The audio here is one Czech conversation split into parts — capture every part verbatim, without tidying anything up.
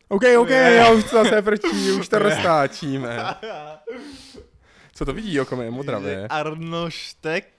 OK, OK, já už to zase frčí, už to roztáčíme. Co to vidí, oko mé modravé? Arnoštek.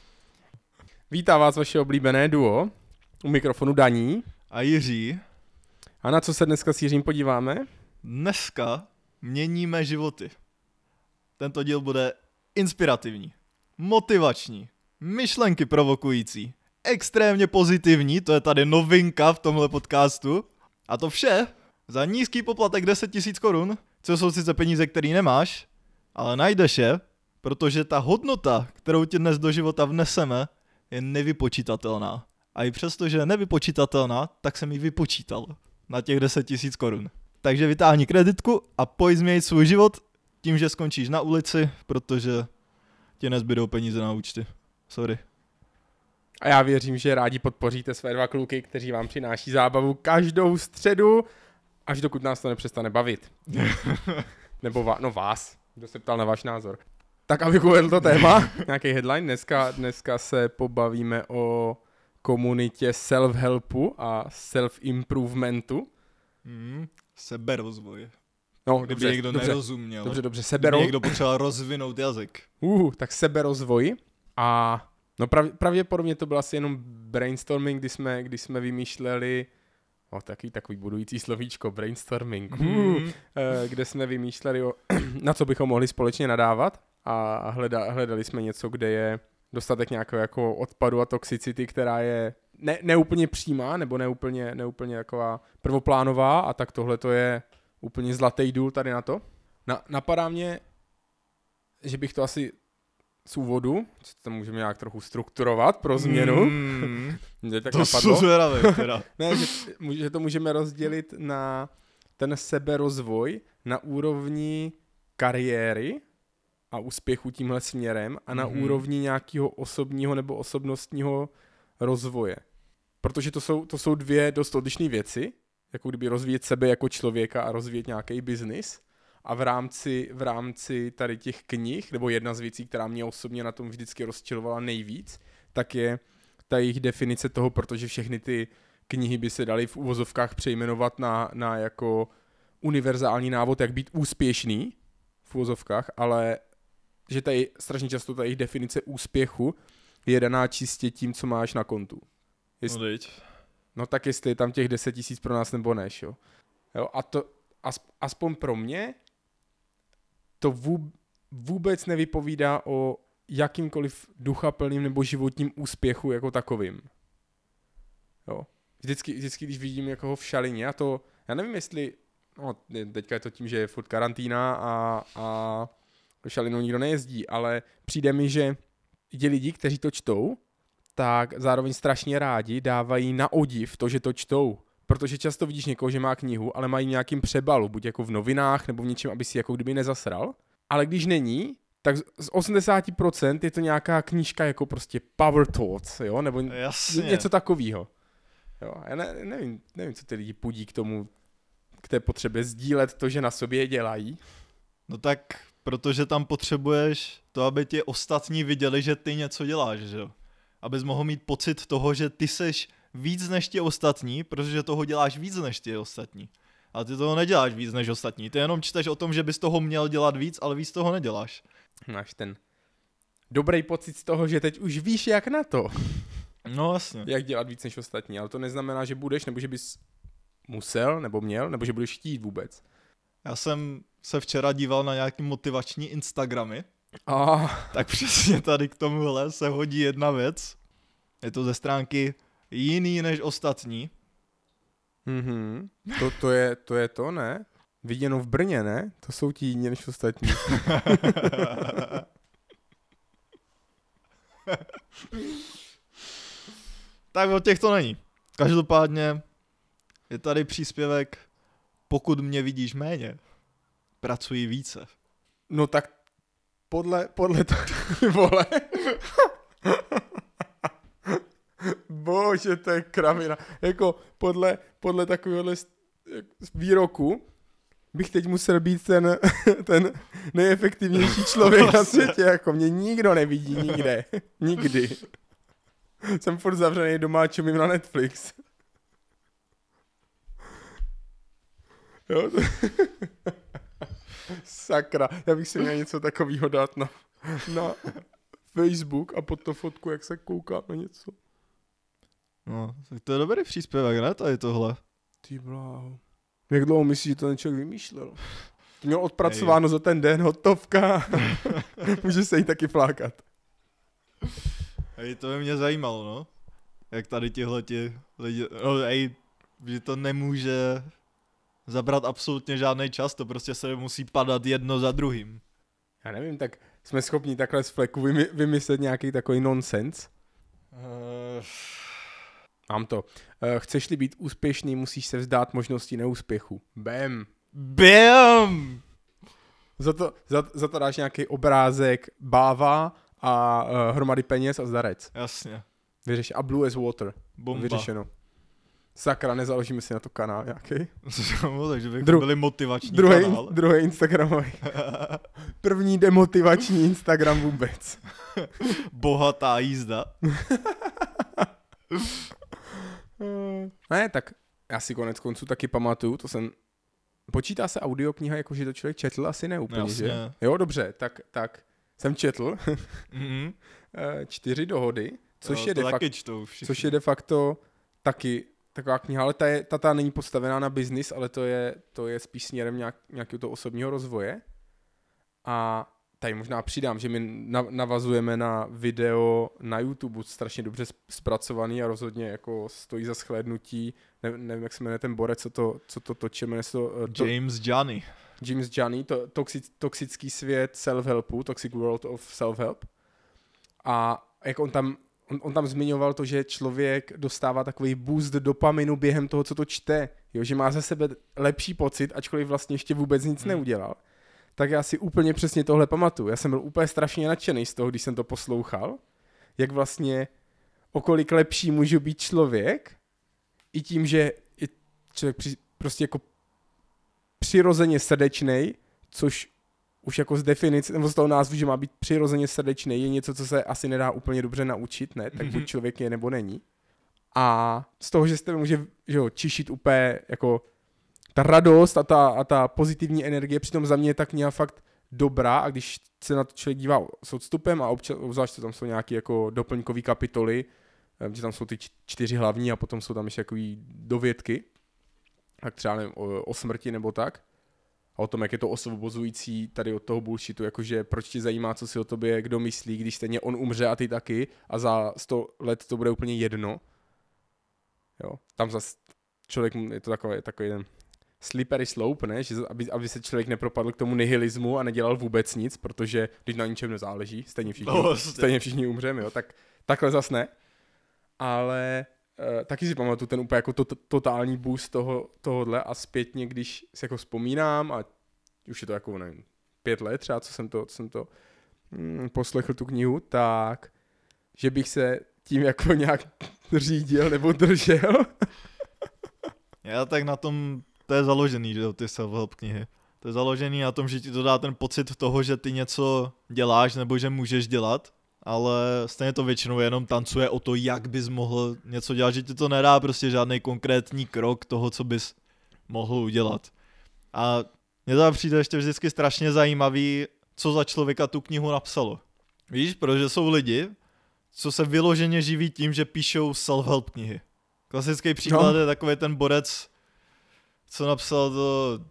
Vítá vás vaše oblíbené duo, u mikrofonu Daní. A Jiří. A na co se dneska s Jiřím podíváme? Dneska měníme životy. Tento díl bude inspirativní, motivační, myšlenky provokující, extrémně pozitivní, to je tady novinka v tomhle podcastu. A to vše za nízký poplatek deset tisíc korun, co jsou sice peníze, který nemáš, ale najdeš je, protože ta hodnota, kterou ti dnes do života vneseme, je nevypočítatelná. A i přesto, že je nevypočítatelná, tak jsem ji vypočítal na těch deset tisíc korun. Takže vytáhni kreditku a pojď změnit svůj život tím, že skončíš na ulici, protože ti nezbydou peníze na účty. Sorry. A já věřím, že rádi podpoříte své dva kluky, kteří vám přináší zábavu každou středu, až dokud nás to nepřestane bavit. Nebo va- no vás, kdo se ptal na váš názor. Tak abych uvedl to téma, nějaký headline, dneska, dneska se pobavíme o komunitě self-helpu a self-improvementu. Hmm, seberozvoj. No, Kdyby dobře, někdo dobře, nerozuměl. Dobře, dobře, Kdyby sebero... někdo potřeboval rozvinout jazyk. Uh, tak seberozvoj a no prav, pravděpodobně to byl asi jenom brainstorming, kdy jsme, kdy jsme vymýšleli, o takový, takový budující slovíčko, brainstorming, uh, Mm. kde jsme vymýšleli, o, na co bychom mohli společně nadávat a hleda, hledali jsme něco, kde je dostatek nějakého jako odpadu a toxicity, která je ne, neúplně přímá, nebo neúplně, neúplně taková prvoplánová, a tak tohle to je úplně zlatý důl tady na to. Na, napadá mě, že bych to asi z úvodu, co to můžeme nějak trochu strukturovat pro změnu. Mm. Mě tak To napadlo. jsou zvědavé teda. Ne, že, že to můžeme rozdělit na ten seberozvoj na úrovni kariéry a úspěchu tímhle směrem a na Mhm. úrovni nějakého osobního nebo osobnostního rozvoje. Protože to jsou, to jsou dvě dost odlišné věci, jako kdyby rozvíjet sebe jako člověka a rozvíjet nějaký biznis. A v rámci, v rámci tady těch knih, nebo jedna z věcí, která mě osobně na tom vždycky rozčilovala nejvíc, tak je ta jejich definice toho, protože všechny ty knihy by se daly v uvozovkách přejmenovat na, na jako univerzální návod, jak být úspěšný v uvozovkách, ale že tady strašně často ta jejich definice úspěchu je daná čistě tím, co máš na kontu. Jest, No, teď. no tak jestli je tam těch deset tisíc pro nás nebo neš, jo. jo a to as, aspoň pro mě to vůb, vůbec nevypovídá o jakýmkoliv duchaplným nebo životním úspěchu jako takovým. Jo. Vždycky, vždycky, když vidím někoho v šalině, a to, já nevím, jestli, no teďka je to tím, že je furt karanténa a, a šalinou nikdo nejezdí, ale přijde mi, že ti lidi, kteří to čtou, tak zároveň strašně rádi dávají na odiv to, že to čtou. Protože často vidíš někoho, že má knihu, ale mají nějakým přebalu, buď jako v novinách, nebo v něčem, aby si jako kdyby nezasral. Ale když není, tak z osmdesát procent je to nějaká knížka jako prostě Power Thoughts, jo, nebo Jasně. něco takového. Jo, já ne, nevím, nevím, co ty lidi pudí k tomu, k té potřebě sdílet to, že na sobě dělají. No tak, protože tam potřebuješ to, aby ti ostatní viděli, že ty něco děláš, že jo? Abys mohl mít pocit toho, že ty seš víc než ti ostatní, protože toho děláš víc než ti ostatní. A ty toho neděláš víc než ostatní. Ty jenom čteš o tom, že bys toho měl dělat víc, ale víc toho neděláš. Máš ten dobrý pocit z toho, že teď už víš, jak na to. No jasně. Jak dělat víc než ostatní, ale to neznamená, že budeš, nebo že bys musel, nebo měl, nebo že budeš chtít vůbec. Já jsem se včera díval na nějaký motivační Instagramy, A tak přesně tady k tomuhle se hodí jedna věc. Je to ze stránky jiný než ostatní. mhm, to, to, je, to je to, ne? Viděno v Brně, ne? To jsou ti jiní než ostatní. Tak od těch to není. Každopádně je tady příspěvek: pokud mě vidíš méně, pracuji více. No tak podle, podle to, vole. Bože, to je kravina. Jako podle, podle takovéhohle výroku bych teď musel být ten, ten nejefektivnější člověk na světě, jako mě nikdo nevidí nikde. Nikdy. Jsem furt zavřený doma a čumím na Netflix. Jo? Sakra, já bych si měl něco takového dát na, na Facebook a pod to fotku, jak se kouká na něco. No, tak to je dobrý příspěvek, ne? Tady tohle. Ty bláho. Jak dlouho myslíš, že to člověk vymýšlel? To měl odpracováno za ten den, hotovka. Může se jí taky flákat. Hej, to by mě zajímalo, no. Jak tady tihleti lidi, no hej, že to nemůže zabrat absolutně žádný čas, to prostě se musí padat jedno za druhým. Já nevím, tak jsme schopni takhle z fleku vymy- vymyslet nějaký takový nonsens? Uh... Mám to. Uh, chceš-li být úspěšný, musíš se vzdát možnosti neúspěchu. Bam. Bam! Za to, za, za to dáš nějaký obrázek báva a uh, hromady peněz a zdarec. Jasně. Vyřeš. A blue as water. Bomba. Vyřešeno. Sakra, nezaložíme si na to kanál nějaký. Takže bychom Dru- byli motivační druhý, kanál. Druhý Instagramový. První demotivační Instagram vůbec. Bohatá jízda. Ne, tak já si konec konců taky pamatuju, to jsem... Počítá se audiokniha, jako že to člověk četl? Asi ne úplně, Jasně. že? Jo, dobře, tak, tak jsem četl Mm-hmm. čtyři dohody, což, jo, je de taky fakt, čtou všichni. což je de facto taky taková kniha, ale ta, je, ta, ta není postavená na biznis, ale to je, to je spíš směrem nějak, nějakého toho osobního rozvoje. A tady možná přidám, že my navazujeme na video na YouTube, strašně dobře zpracovaný a rozhodně jako stojí za shlédnutí. Ne, nevím, jak se jmenuje ten borec, co to, co to točí, jmenuje se to... to James Johnny. James Johnny, to, toxic, toxický svět self-helpu, Toxic World of Self-Help. A jak on tam, on, on tam zmiňoval to, že člověk dostává takový boost dopaminu během toho, co to čte. Jo, že má ze sebe lepší pocit, ačkoliv vlastně ještě vůbec nic hmm. neudělal. Tak já si úplně přesně tohle pamatuju. Já jsem byl úplně strašně nadšený z toho, když jsem to poslouchal, jak vlastně o kolik lepší může být člověk i tím, že je člověk při, prostě jako přirozeně srdečnej, což už jako z definice, nebo z toho názvu, že má být přirozeně srdečnej, je něco, co se asi nedá úplně dobře naučit, ne? Tak buď člověk je, nebo není. A z toho, že z tebe může, že jo, čišit úplně jako ta radost a ta, a ta pozitivní energie, přitom za mě je ta kniha fakt dobrá a když se na to člověk dívá s odstupem a občas, obzvlášť tam jsou nějaké jako doplňkové kapitoly, že tam jsou ty čtyři hlavní a potom jsou tam ještě takový dovědky, tak třeba nevím, o, o smrti nebo tak. A o tom, jak je to osvobozující tady od toho bullshitu, jakože proč tě zajímá, co si o tobě kdo myslí, když stejně on umře a ty taky a za sto let to bude úplně jedno. Jo, tam zase člověk, je to takový, takový ten slippery slope, ne? Že aby, aby se člověk nepropadl k tomu nihilismu a nedělal vůbec nic, protože když na ničem nezáleží, stejně všichni, no, stejně všichni umřeme, jo, tak takhle zas ne. Ale uh, taky si pamatuju ten úplně jako to, to, totální boost toho, tohohle a zpětně, když si jako vzpomínám a už je to jako, nevím, pět let třeba, co jsem to, co jsem to mm, poslechl tu knihu, tak že bych se tím jako nějak řídil nebo držel. Já tak na tom, to je založený, že jo, ty self-help knihy. To je založený na tom, že ti to dá ten pocit toho, že ty něco děláš nebo že můžeš dělat, ale stejně to většinou jenom tancuje o to, jak bys mohl něco dělat, že ti to nedá prostě žádný konkrétní krok toho, co bys mohl udělat. A mně to přijde ještě vždycky strašně zajímavý, co za člověka tu knihu napsalo. Víš, protože jsou lidi, co se vyloženě živí tím, že píšou self-help knihy. Klasický příklad no. je takový ten borec, co napsal to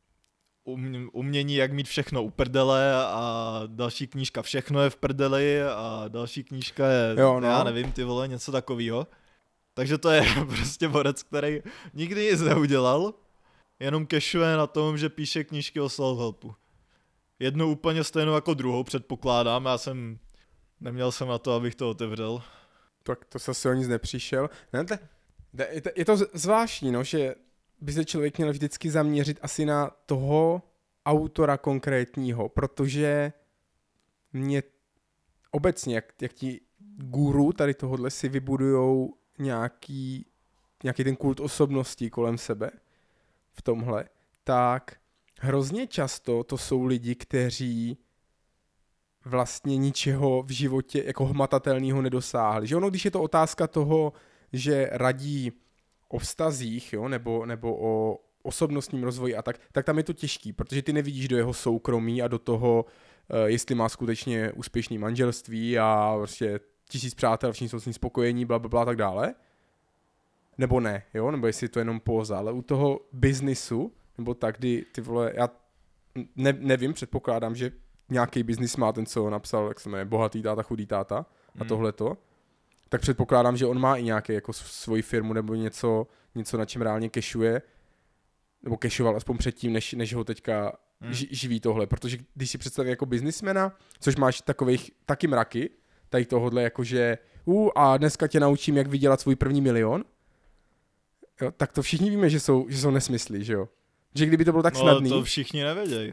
umění, jak mít všechno u prdele a další knížka Všechno je v prdeli a další knížka je, jo, no. já nevím, ty vole, něco takového. Takže to je prostě borec, který nikdy nic neudělal, jenom kešuje na tom, že píše knížky o self-helpu. Jednu úplně stejnou jako druhou, předpokládám, já jsem, neměl jsem na to, abych to otevřel. Tak to se asi o nic nepřišel. Ne, to, je, to, je to zvláštní, no, že by se člověk měl vždycky zaměřit asi na toho autora konkrétního, protože mě obecně, jak, jak ti guru tady tohohle si vybudujou nějaký, nějaký ten kult osobností kolem sebe v tomhle, tak hrozně často to jsou lidi, kteří vlastně ničeho v životě jako hmatatelného nedosáhli. Že ono, když je to otázka toho, že radí o vztazích, jo, nebo, nebo o, osobnostním rozvoji a tak, tak tam je to těžký, protože ty nevidíš do jeho soukromí a do toho, uh, jestli má skutečně úspěšný manželství a prostě tisíc přátel, všichni jsou s ním spokojení, bla, bla, bla, tak dále. Nebo ne, jo, nebo jestli to je jenom póza, ale u toho biznisu, nebo tak, kdy ty vole, já ne, nevím, předpokládám, že nějaký biznis má ten, co napsal, jak se jmenuje, bohatý táta, chudý táta a Hmm. tohleto, tak předpokládám, že on má i nějaký jako svoji firmu nebo něco, něco na čem reálně cashuje, nebo cashoval aspoň předtím, než, než ho teďka Hmm. ži, živí tohle, protože když si představí jako biznismena, což máš takových taky mraky, tady tohodle jakože uh, a dneska tě naučím, jak vydělat svůj první milion, jo, tak to všichni víme, že jsou, že jsou nesmysly, že jo. Že kdyby to bylo tak No, snadný. to všichni nevědějí.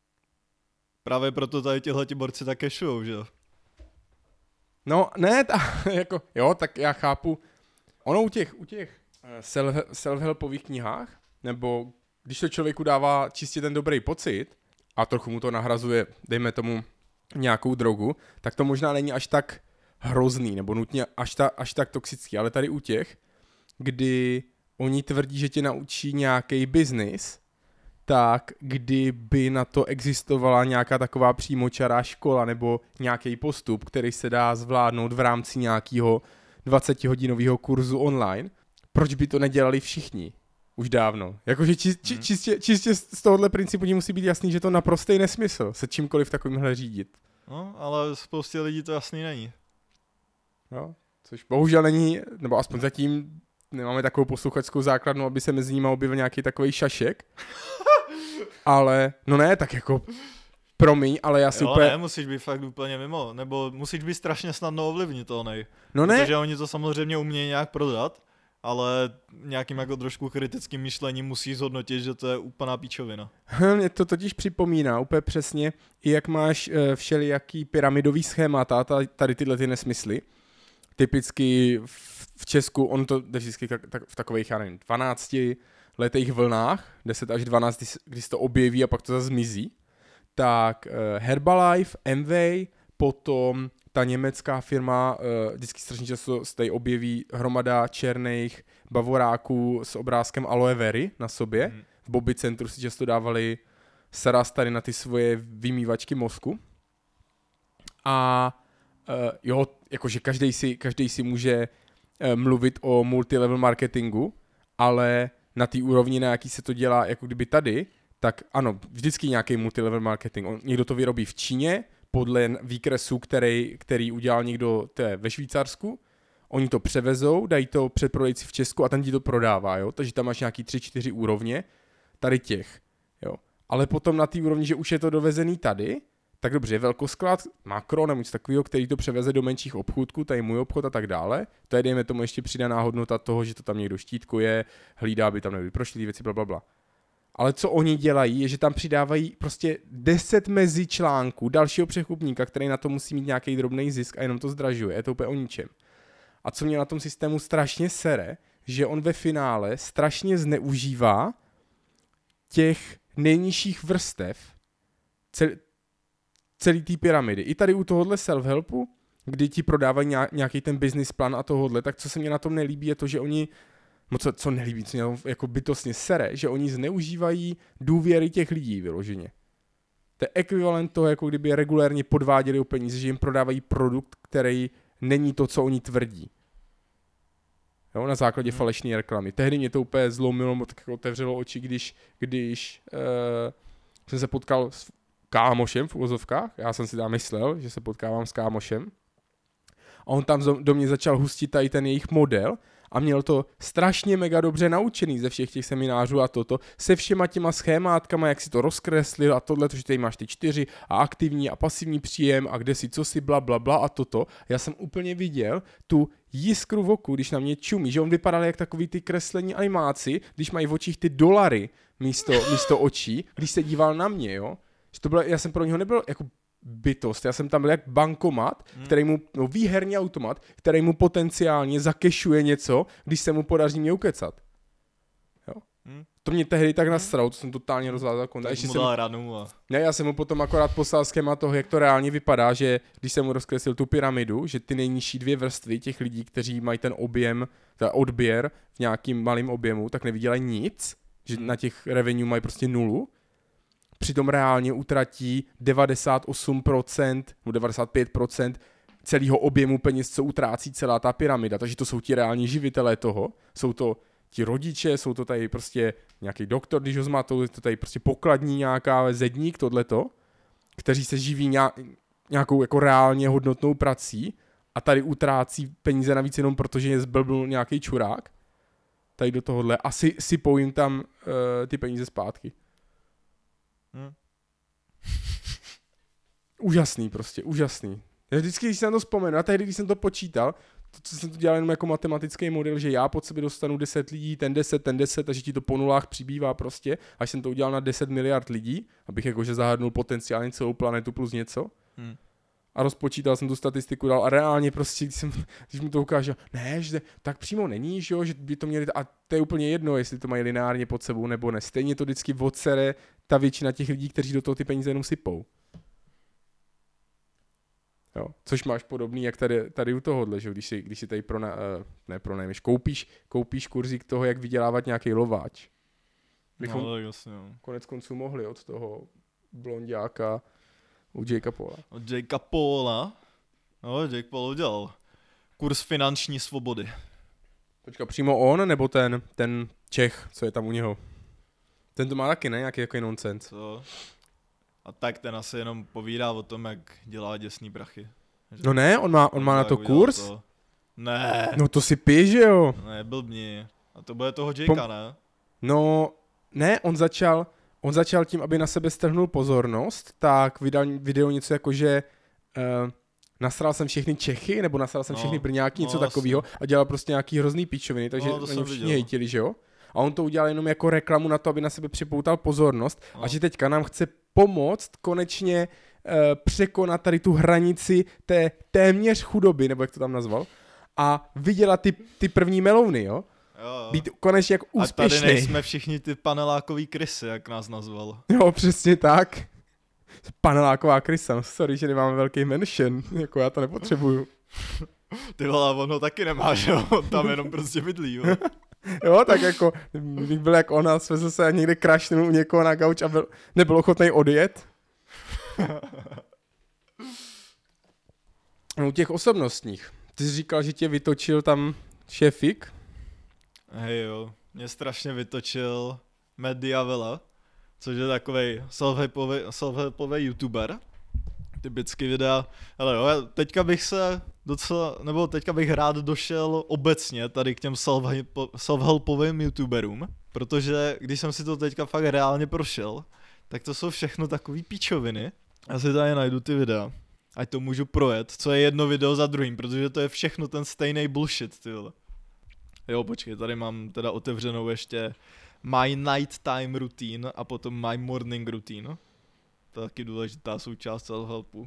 Právě proto tady tihleti borci tak cashujou, že jo? No, ne, ta, jako, jo, tak já chápu. Ono u těch, u těch self, self-helpových knihách, nebo když to člověku dává čistě ten dobrý pocit a trochu mu to nahrazuje, dejme tomu, nějakou drogu, tak to možná není až tak hrozný, nebo nutně až, ta, až tak toxický, ale tady u těch, kdy oni tvrdí, že tě naučí nějaký biznis, tak kdyby na to existovala nějaká taková přímočará škola nebo nějaký postup, který se dá zvládnout v rámci nějakého dvacetihodinového kurzu online, proč by to nedělali všichni? Už dávno. Jakože či, či, čistě, čistě z tohohle principu musí být jasný, že to naprostý nesmysl se čímkoliv takovýmhle řídit. No, ale spoustě lidí to jasný není. Jo? Což bohužel není, nebo aspoň zatím nemáme takovou posluchačskou základnu, aby se mezi nimi objevil nějaký takový šašek. Ale, no ne, tak jako promiň, ale já si jo, úplně... ne, musíš být fakt úplně mimo, nebo musíš být strašně snadno ovlivnitelný. No ne. Protože oni to samozřejmě umějí nějak prodat, ale nějakým jako trošku kritickým myšlením musíš zhodnotit, že to je úplná píčovina. Mě to totiž připomíná úplně přesně, i jak máš uh, všelijaký pyramidový schémata, tady tyhle ty nesmysly. Typicky v, v Česku, on to jde vždycky tak, tak, v takových, já nevím, dvanácti letých vlnách, deset až dvanáct, kdy, kdy se to objeví a pak to zase zmizí. Tak uh, Herbalife, Amway, potom ta německá firma, uh, vždycky strašně často se tady objeví hromada černých bavoráků s obrázkem aloe very na sobě. Hmm. V Bobby centru si často dávali saras tady na ty svoje vymývačky mozku. A uh, jo, jakože každý si, každý si může uh, mluvit o multilevel marketingu, ale na té úrovni, na jaký se to dělá, jako kdyby tady, tak ano, vždycky nějaký multilevel marketing. On, někdo to vyrobí v Číně, podle výkresu, který, který udělal někdo té ve Švýcarsku. Oni to převezou, dají to předprodejci v Česku a ten ti to prodává, jo? Takže tam máš nějaký tři čtyři úrovně tady těch, jo. Ale potom na té úrovni, že už je to dovezený tady, tak dobře, velkosklad, makro nebo něco takového, který to převeze do menších obchůdků, tady můj obchod a tak dále. To je, dejme tomu, ještě přidaná hodnota toho, že to tam někdo štítkuje, hlídá, aby tam nebyly prošlý věci, blablabla. Ale co oni dělají, je, že tam přidávají prostě deset mezi článků dalšího překupníka, který na to musí mít nějaký drobný zisk a jenom to zdražuje. Je to úplně o ničem. A co mě na tom systému strašně sere, že on ve finále strašně zneužívá těch nejnižších vrstev cel, celý té pyramidy. I tady u tohohle self-helpu, kdy ti prodávají nějaký ten business plan a tohohle, tak co se mě na tom nelíbí, je to, že oni No co, co nelíbí, co mě jako bytostně sere, že oni zneužívají důvěry těch lidí vyloženě. To je ekvivalent toho, jako kdyby regulérně podváděli o peníze, že jim prodávají produkt, který není to, co oni tvrdí. Jo, na základě hmm. falešné reklamy. Tehdy mě to úplně zlomilo, tak jako otevřelo oči, když, když uh, jsem se potkal s kámošem v uvozovkách. Já jsem si tam myslel, že se potkávám s kámošem. A on tam do mě začal hustit tady ten jejich model a měl to strašně mega dobře naučený ze všech těch seminářů a toto, se všema těma schémátkama, jak si to rozkreslil a tohle, že tady máš ty čtyři a aktivní a pasivní příjem a kde si co si bla bla bla a toto. Já jsem úplně viděl tu jiskru v oku, když na mě čumí, že on vypadal jak takový ty kreslení animáci, když mají v očích ty dolary místo, místo očí, když se díval na mě, jo. Že to bylo, já jsem pro něho nebyl jako bytost. Já jsem tam byl jak bankomat, hmm. který mu, no výherní automat, který mu potenciálně zakešuje něco, když se mu podaří mě ukecat. Jo? Hmm. To mě tehdy tak nasralo, to jsem totálně rozvázal konta. Tak mu dal ranu a... Ne, já jsem mu potom akorát poslal schéma toho, jak to reálně vypadá, že když jsem mu rozkreslil tu pyramidu, že ty nejnižší dvě vrstvy těch lidí, kteří mají ten objem, ten odběr v nějakým malým objemu, tak nevydělají nic. že na těch revenue mají prostě nulu, přitom reálně utratí devadesát osm procent nebo devadesát pět procent celého objemu peněz, co utrácí celá ta pyramida, takže to jsou ti reální živitelé toho, jsou to ti rodiče, jsou to tady prostě nějaký doktor, když ho zmatou, je to tady prostě pokladní nějaká zedník, tohleto, kteří se živí nějakou jako reálně hodnotnou prací a tady utrácí peníze navíc jenom protože je zblbl nějaký čurák, tady do tohohle a si, si pojím tam uh, ty peníze zpátky. Hmm. Úžasný prostě, úžasný. Já vždycky, když jsem na to vzpomenu, a tehdy, když jsem to počítal, to, co jsem to dělal jenom jako matematický model, že já pod sebe dostanu deset lidí, ten deset, ten deset, a že ti to po nulách přibývá prostě, až jsem to udělal na deset miliard lidí, abych jakože zahrnul potenciálně celou planetu plus něco. Hmm. A rozpočítal jsem tu statistiku dal a reálně prostě, když, jsem, když mi to ukážel, ne, že tak přímo není, že, jo, že by to měli, a to je úplně jedno, jestli to mají lineárně pod sebou nebo ne. Stejně to vždycky odsere ta většina těch lidí, kteří do toho ty peníze jenom sypou. Jo, což máš podobný, jak tady, tady u tohohle, že když si, když si tady prona, ne pronajmeš, koupíš, koupíš kurzík toho, jak vydělávat nějaký lováč. Bychom no, jasně, no. konec konců mohli od toho blondiáka u Jakea Paula. Od Jakea Paula? No, Jake Paul udělal kurz finanční svobody. Počka, přímo on, nebo ten, ten Čech, co je tam u něho? Ten to má taky, ne? Nějaký jako nonsense. Co? A tak ten asi jenom povídá o tom, jak dělá děsný prachy. Že no ne, on má, on má na to kurz? To. Ne. No to si píš, že jo? Ne, blbni. A to bude toho Jakea, Pom- ne? No, ne, on začal, on začal tím, aby na sebe strhnul pozornost, tak vydal video něco jako, že uh, nasral jsem všechny Čechy, nebo nasral jsem no, všechny Brňáky, něco no, takového a dělal prostě nějaký hrozný píčoviny, takže no, na něm všichni hejtili, že jo? A on to udělal jenom jako reklamu na to, aby na sebe připoutal pozornost no. a že teďka nám chce pomoct konečně uh, překonat tady tu hranici té téměř chudoby, nebo jak to tam nazval, a vydělat ty, ty první melouny, jo? Jo. Být konečně jak úspěšný. A tady nejsme všichni ty panelákový krysy, jak nás nazval. Jo, přesně tak. Paneláková krysa, no sorry, že nemáme velký mention, jako já to nepotřebuju. Ty vole, on ho taky nemá, že jo, on tam jenom prostě bydlí, jo. Jo, tak jako, bych byl jak ona, svezl se a někde crashnul u někoho na gauč a byl, nebyl ochotný odjet. No, u těch osobnostních. Ty jsi říkal, že tě vytočil tam šéfik? Hej jo, mě strašně vytočil Matt Diavela, což je takovej self-helpový, self-helpový youtuber. Typicky videa, ale jo, teďka bych se docela, nebo teďka bych rád došel obecně tady k těm self-helpovým youtuberům, protože když jsem si to teďka fakt reálně prošel, tak to jsou všechno takový píčoviny. Já si tady najdu ty videa, ať to můžu projet, co je jedno video za druhým, protože to je všechno ten stejný bullshit, ty vole. Jo, počkej, tady mám teda otevřenou ještě My Nighttime Routine a potom My Morning Routine. To je taky důležitá součást self-helpu.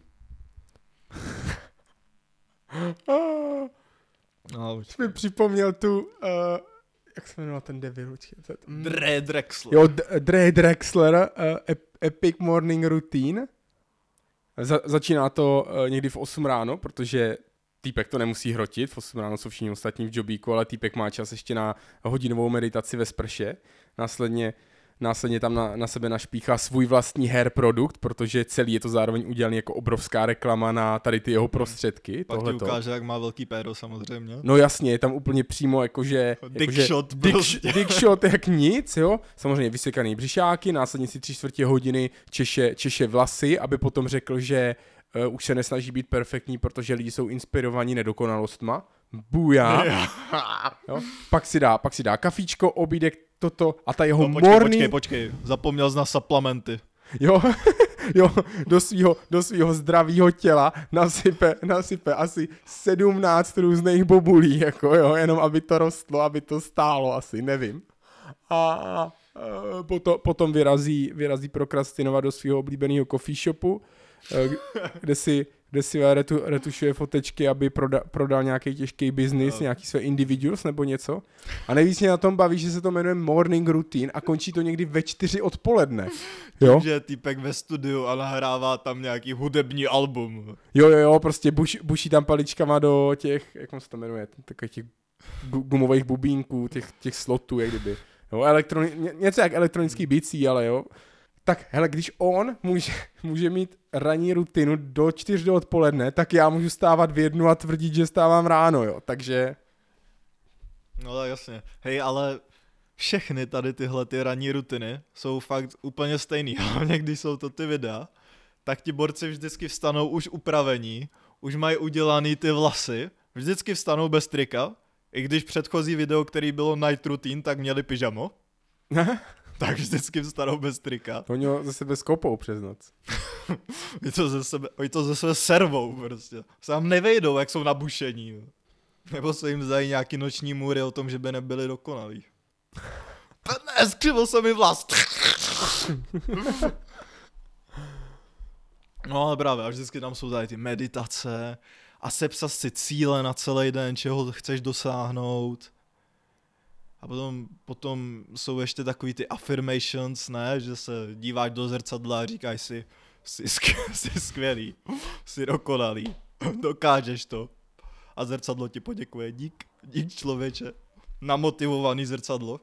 No, jsi mi připomněl tu, uh, jak se jmenoval ten devil? Mm. Dre Drexler. Jo, D- Dre Drexler, uh, ep- Epic Morning Routine. Za- začíná to uh, někdy v osm ráno, protože týpek to nemusí hrotit, v osm ráno jsou všichni ostatní v jobíku, ale týpek má čas ještě na hodinovou meditaci ve sprše. Následně, následně tam na, na sebe našpíchá svůj vlastní hair produkt, protože celý je to zároveň udělaný jako obrovská reklama na tady ty jeho prostředky. Pak ti ukáže, jak má velký péro samozřejmě. No jasně, je tam úplně přímo jakože... Dick jakože, shot. Dick, dick shot jak nic, jo. Samozřejmě vysekaný břišáky, následně si tři čtvrtě hodiny češe, češe vlasy, aby potom řekl, že Uh, už se nesnaží být perfektní, protože lidi jsou inspirovaní nedokonalostma. Buja. Jo? Pak si dá, pak si dá kafíčko, obídek, toto a ta jeho no, počkej, morning... Počkej, počkej, zapomněl jsi na suplementy. Jo, jo, do svýho, do svýho zdravýho těla nasype, nasype asi sedmnáct různých bobulí, jako jo, jenom aby to rostlo, aby to stálo asi, nevím. A, a potom, potom vyrazí, vyrazí prokrastinovat do svého oblíbeného coffee shopu, kde si, kde si retu, retušuje fotečky, aby proda, prodal nějaký těžký biznis, no. Nějaký své individuals nebo něco. A nejvíc mě na tom baví, že se to jmenuje Morning Routine a končí to někdy ve čtyři odpoledne. Jo? Tím, že je týpek ve studiu a nahrává tam nějaký hudební album. Jo, jo, jo, prostě buš, buší tam paličkama do těch, jak se to jmenuje, takových těch gumových bubínků, těch, těch slotů, jak kdyby. jo, elektroni- ně, něco jak elektronický bicí, ale jo. Tak hele, když on může, může mít ranní rutinu do čtyř do odpoledne, tak já můžu stávat v jednu a tvrdit, že stávám ráno, jo, takže... No tak jasně. Hej, ale všechny tady tyhle ty ranní rutiny jsou fakt úplně stejný, hlavně když jsou to ty videa, tak ti borci vždycky vstanou už upravení, už mají udělaný ty vlasy, vždycky vstanou bez trika, i když předchozí video, který bylo night routine, tak měli pyžamo, tak vždycky vstanou bez trika. Oni ho ze sebe skopou přes noc. Oni to ze sebe, oni to ze sebe servou prostě. Se tam nevejdou, jak jsou nabušení. Nebo se jim zdají nějaký noční můry o tom, že by nebyli dokonalí. Ne, skřivil se mi vlas. No ale právě, a vždycky tam jsou tady ty meditace a sepsat si cíle na celý den, čeho chceš dosáhnout. A potom, potom jsou ještě takový ty affirmations, ne, že se díváš do zrcadla a říkáš si, jsi, skvělý, jsi skvělý, jsi dokonalý, dokážeš to. A zrcadlo ti poděkuje, dík, dík člověče, namotivovaný zrcadlo.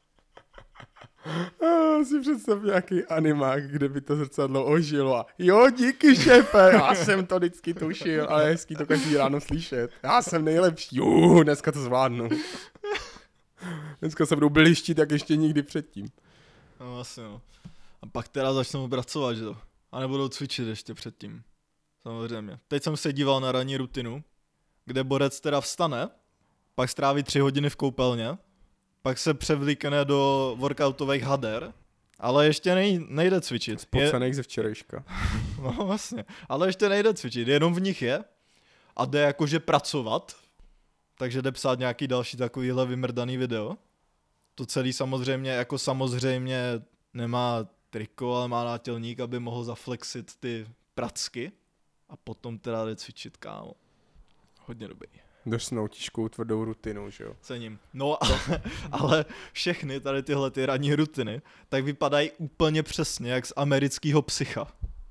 A si představ nějaký animák, kde by to zrcadlo ožilo a jo, díky šéfe, já jsem to vždycky tušil, ale hezký to každý ráno slyšet. Já jsem nejlepší, Juhu, dneska to zvládnu. Dneska se budou blištit jak ještě nikdy předtím. No vlastně no. A pak teda začnou pracovat, že to? A nebudou cvičit ještě předtím. Samozřejmě. Teď jsem se díval na ranní rutinu, kde borec teda vstane, pak stráví tři hodiny v koupelně, pak se převlíkne do workoutových hader, ale ještě nej, nejde cvičit. Spocených ze včerejška. No vlastně, ale ještě nejde cvičit, jenom v nich je a jde jakože pracovat, takže jde psát nějaký další takovýhle vymrdaný video. To celý samozřejmě, jako samozřejmě nemá triko, ale má nátělník, aby mohl zaflexit ty pracky a potom teda jde cvičit, kámo. Hodně dobrý. Došnou těžkou tvrdou rutinu, že jo? Cením. No ale, ale všechny tady tyhle ty ranní rutiny tak vypadají úplně přesně jak z amerického Psycha.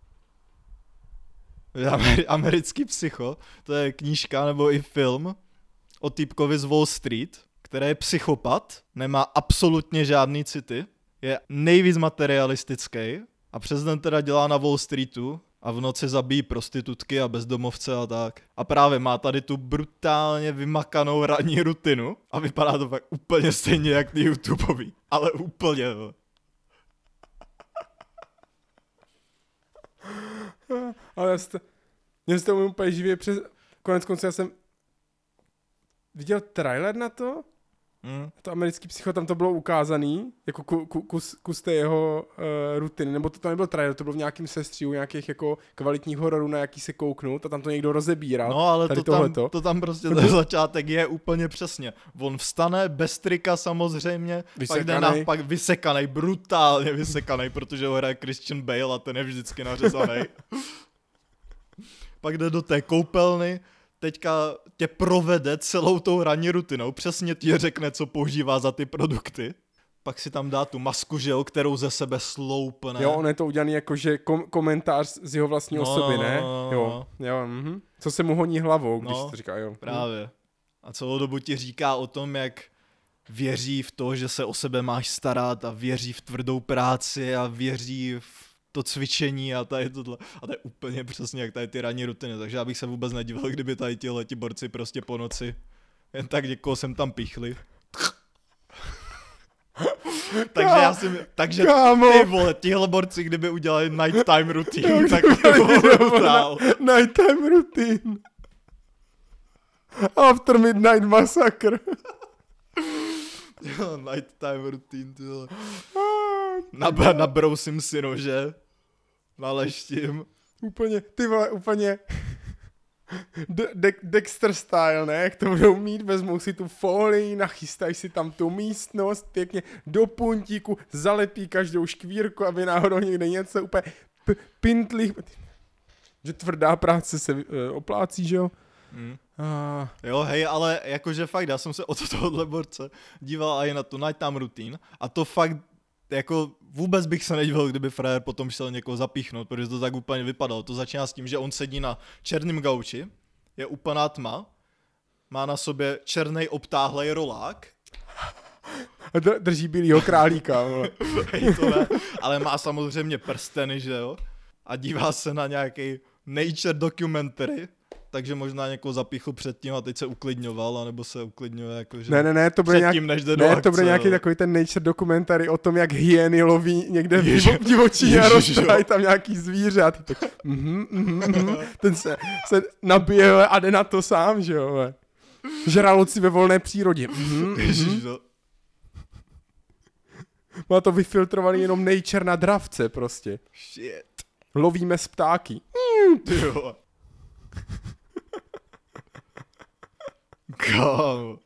Ameri- americký Psycho, to je knížka nebo i film o týpkovi z Wall Street, který je psychopat, nemá absolutně žádný city, je nejvíc materialistický a přes den teda dělá na Wall Streetu a v noci zabíjí prostitutky a bezdomovce a tak. A právě má tady tu brutálně vymakanou ranní rutinu a vypadá to fakt úplně stejně jak ty YouTubeový. Ale úplně, no. Ale já to, mě se to umím úplně živě přes... Konec konců já jsem viděl trailer na to, Mm. to americký Psycho, tam to bylo ukázaný, jako ku, ku, kus, kus té jeho uh, rutiny, nebo to, to nebyl trailer, to bylo v nějakým sestříu nějakých jako kvalitních hororů, na jaký se kouknout a tam to někdo rozebíral. No ale tady to tam, tohleto. to tam prostě ten začátek je úplně přesně. On vstane bez trika samozřejmě, pak jde na, pak vysekanej, brutálně vysekanej, protože ho hraje Christian Bale a ten je vždycky nařezanej. Pak jde do té koupelny, teďka tě provede celou tou ranní rutinou, přesně ti řekne, co používá za ty produkty. Pak si tam dá tu masku, že jo, kterou ze sebe sloupne. Jo, on je to udělaný jako, že kom- komentář z jeho vlastní no, osoby, ne? No, jo, jo, mhm. Co se mu honí hlavou, když no, to říká, jo. Právě. A celou dobu ti říká o tom, jak věří v to, že se o sebe máš starat a věří v tvrdou práci a věří v to cvičení a tady tohle. A to je úplně přesně jak tady ty ranní rutiny, takže já bych se vůbec nedíval, kdyby tady tihleti borci prostě po noci jen tak někoho sem tam píchli. takže já si, takže Kámo. ty vole, tihle borci, kdyby udělali nighttime routine, tak to bylo brutál. Nighttime routine. After Midnight Massacre. Jo, nighttime routine, tyhle. Nab- nabrousím si nože, naleštím. Úplně, ty vole, úplně De- De- Dexter style, ne? Jak to budou mít, vezmou si tu folii, nachystají si tam tu místnost, pěkně do puntíku, zalepí každou škvírku, aby náhodou někde něco úplně p- pintlých. Že tvrdá práce se uh, oplácí, že jo? Hmm. Ah. Jo, hej, ale jakože fakt, já jsem se od tohohle borce díval i na tu nighttime routine a to fakt, jako vůbec bych se nedíval, kdyby frajer potom šel někoho zapíchnout, protože to tak úplně vypadalo. To začíná s tím, že on sedí na černém gauči, je úplná tma, má na sobě černý obtáhlej rolák A dr- drží bílýho králíka. Hej, to ne, ale má samozřejmě prsteny, že jo? A dívá se na nějaký nature documentary, takže možná někoho zapíchl předtím a teď se uklidňoval, anebo se uklidňuje jakože Ne, ne, ne, to bude, nějak, než jde ne, do akce, to bude nějaký jo. takový ten nature dokumentary o tom, jak hyeny loví někde v divo, divočině a rozprávají tam nějaký zvíře a ty tak, mhm, mhm, mhm. Ten se, se nabije a jde na to sám, že jo. Ve. Žraloci ve volné přírodě. Mhm, Ježiš, mhm. to. Má to vyfiltrovaný jenom nature na dravce prostě. Shit. Lovíme z ptáky. Ty jo. Kámo.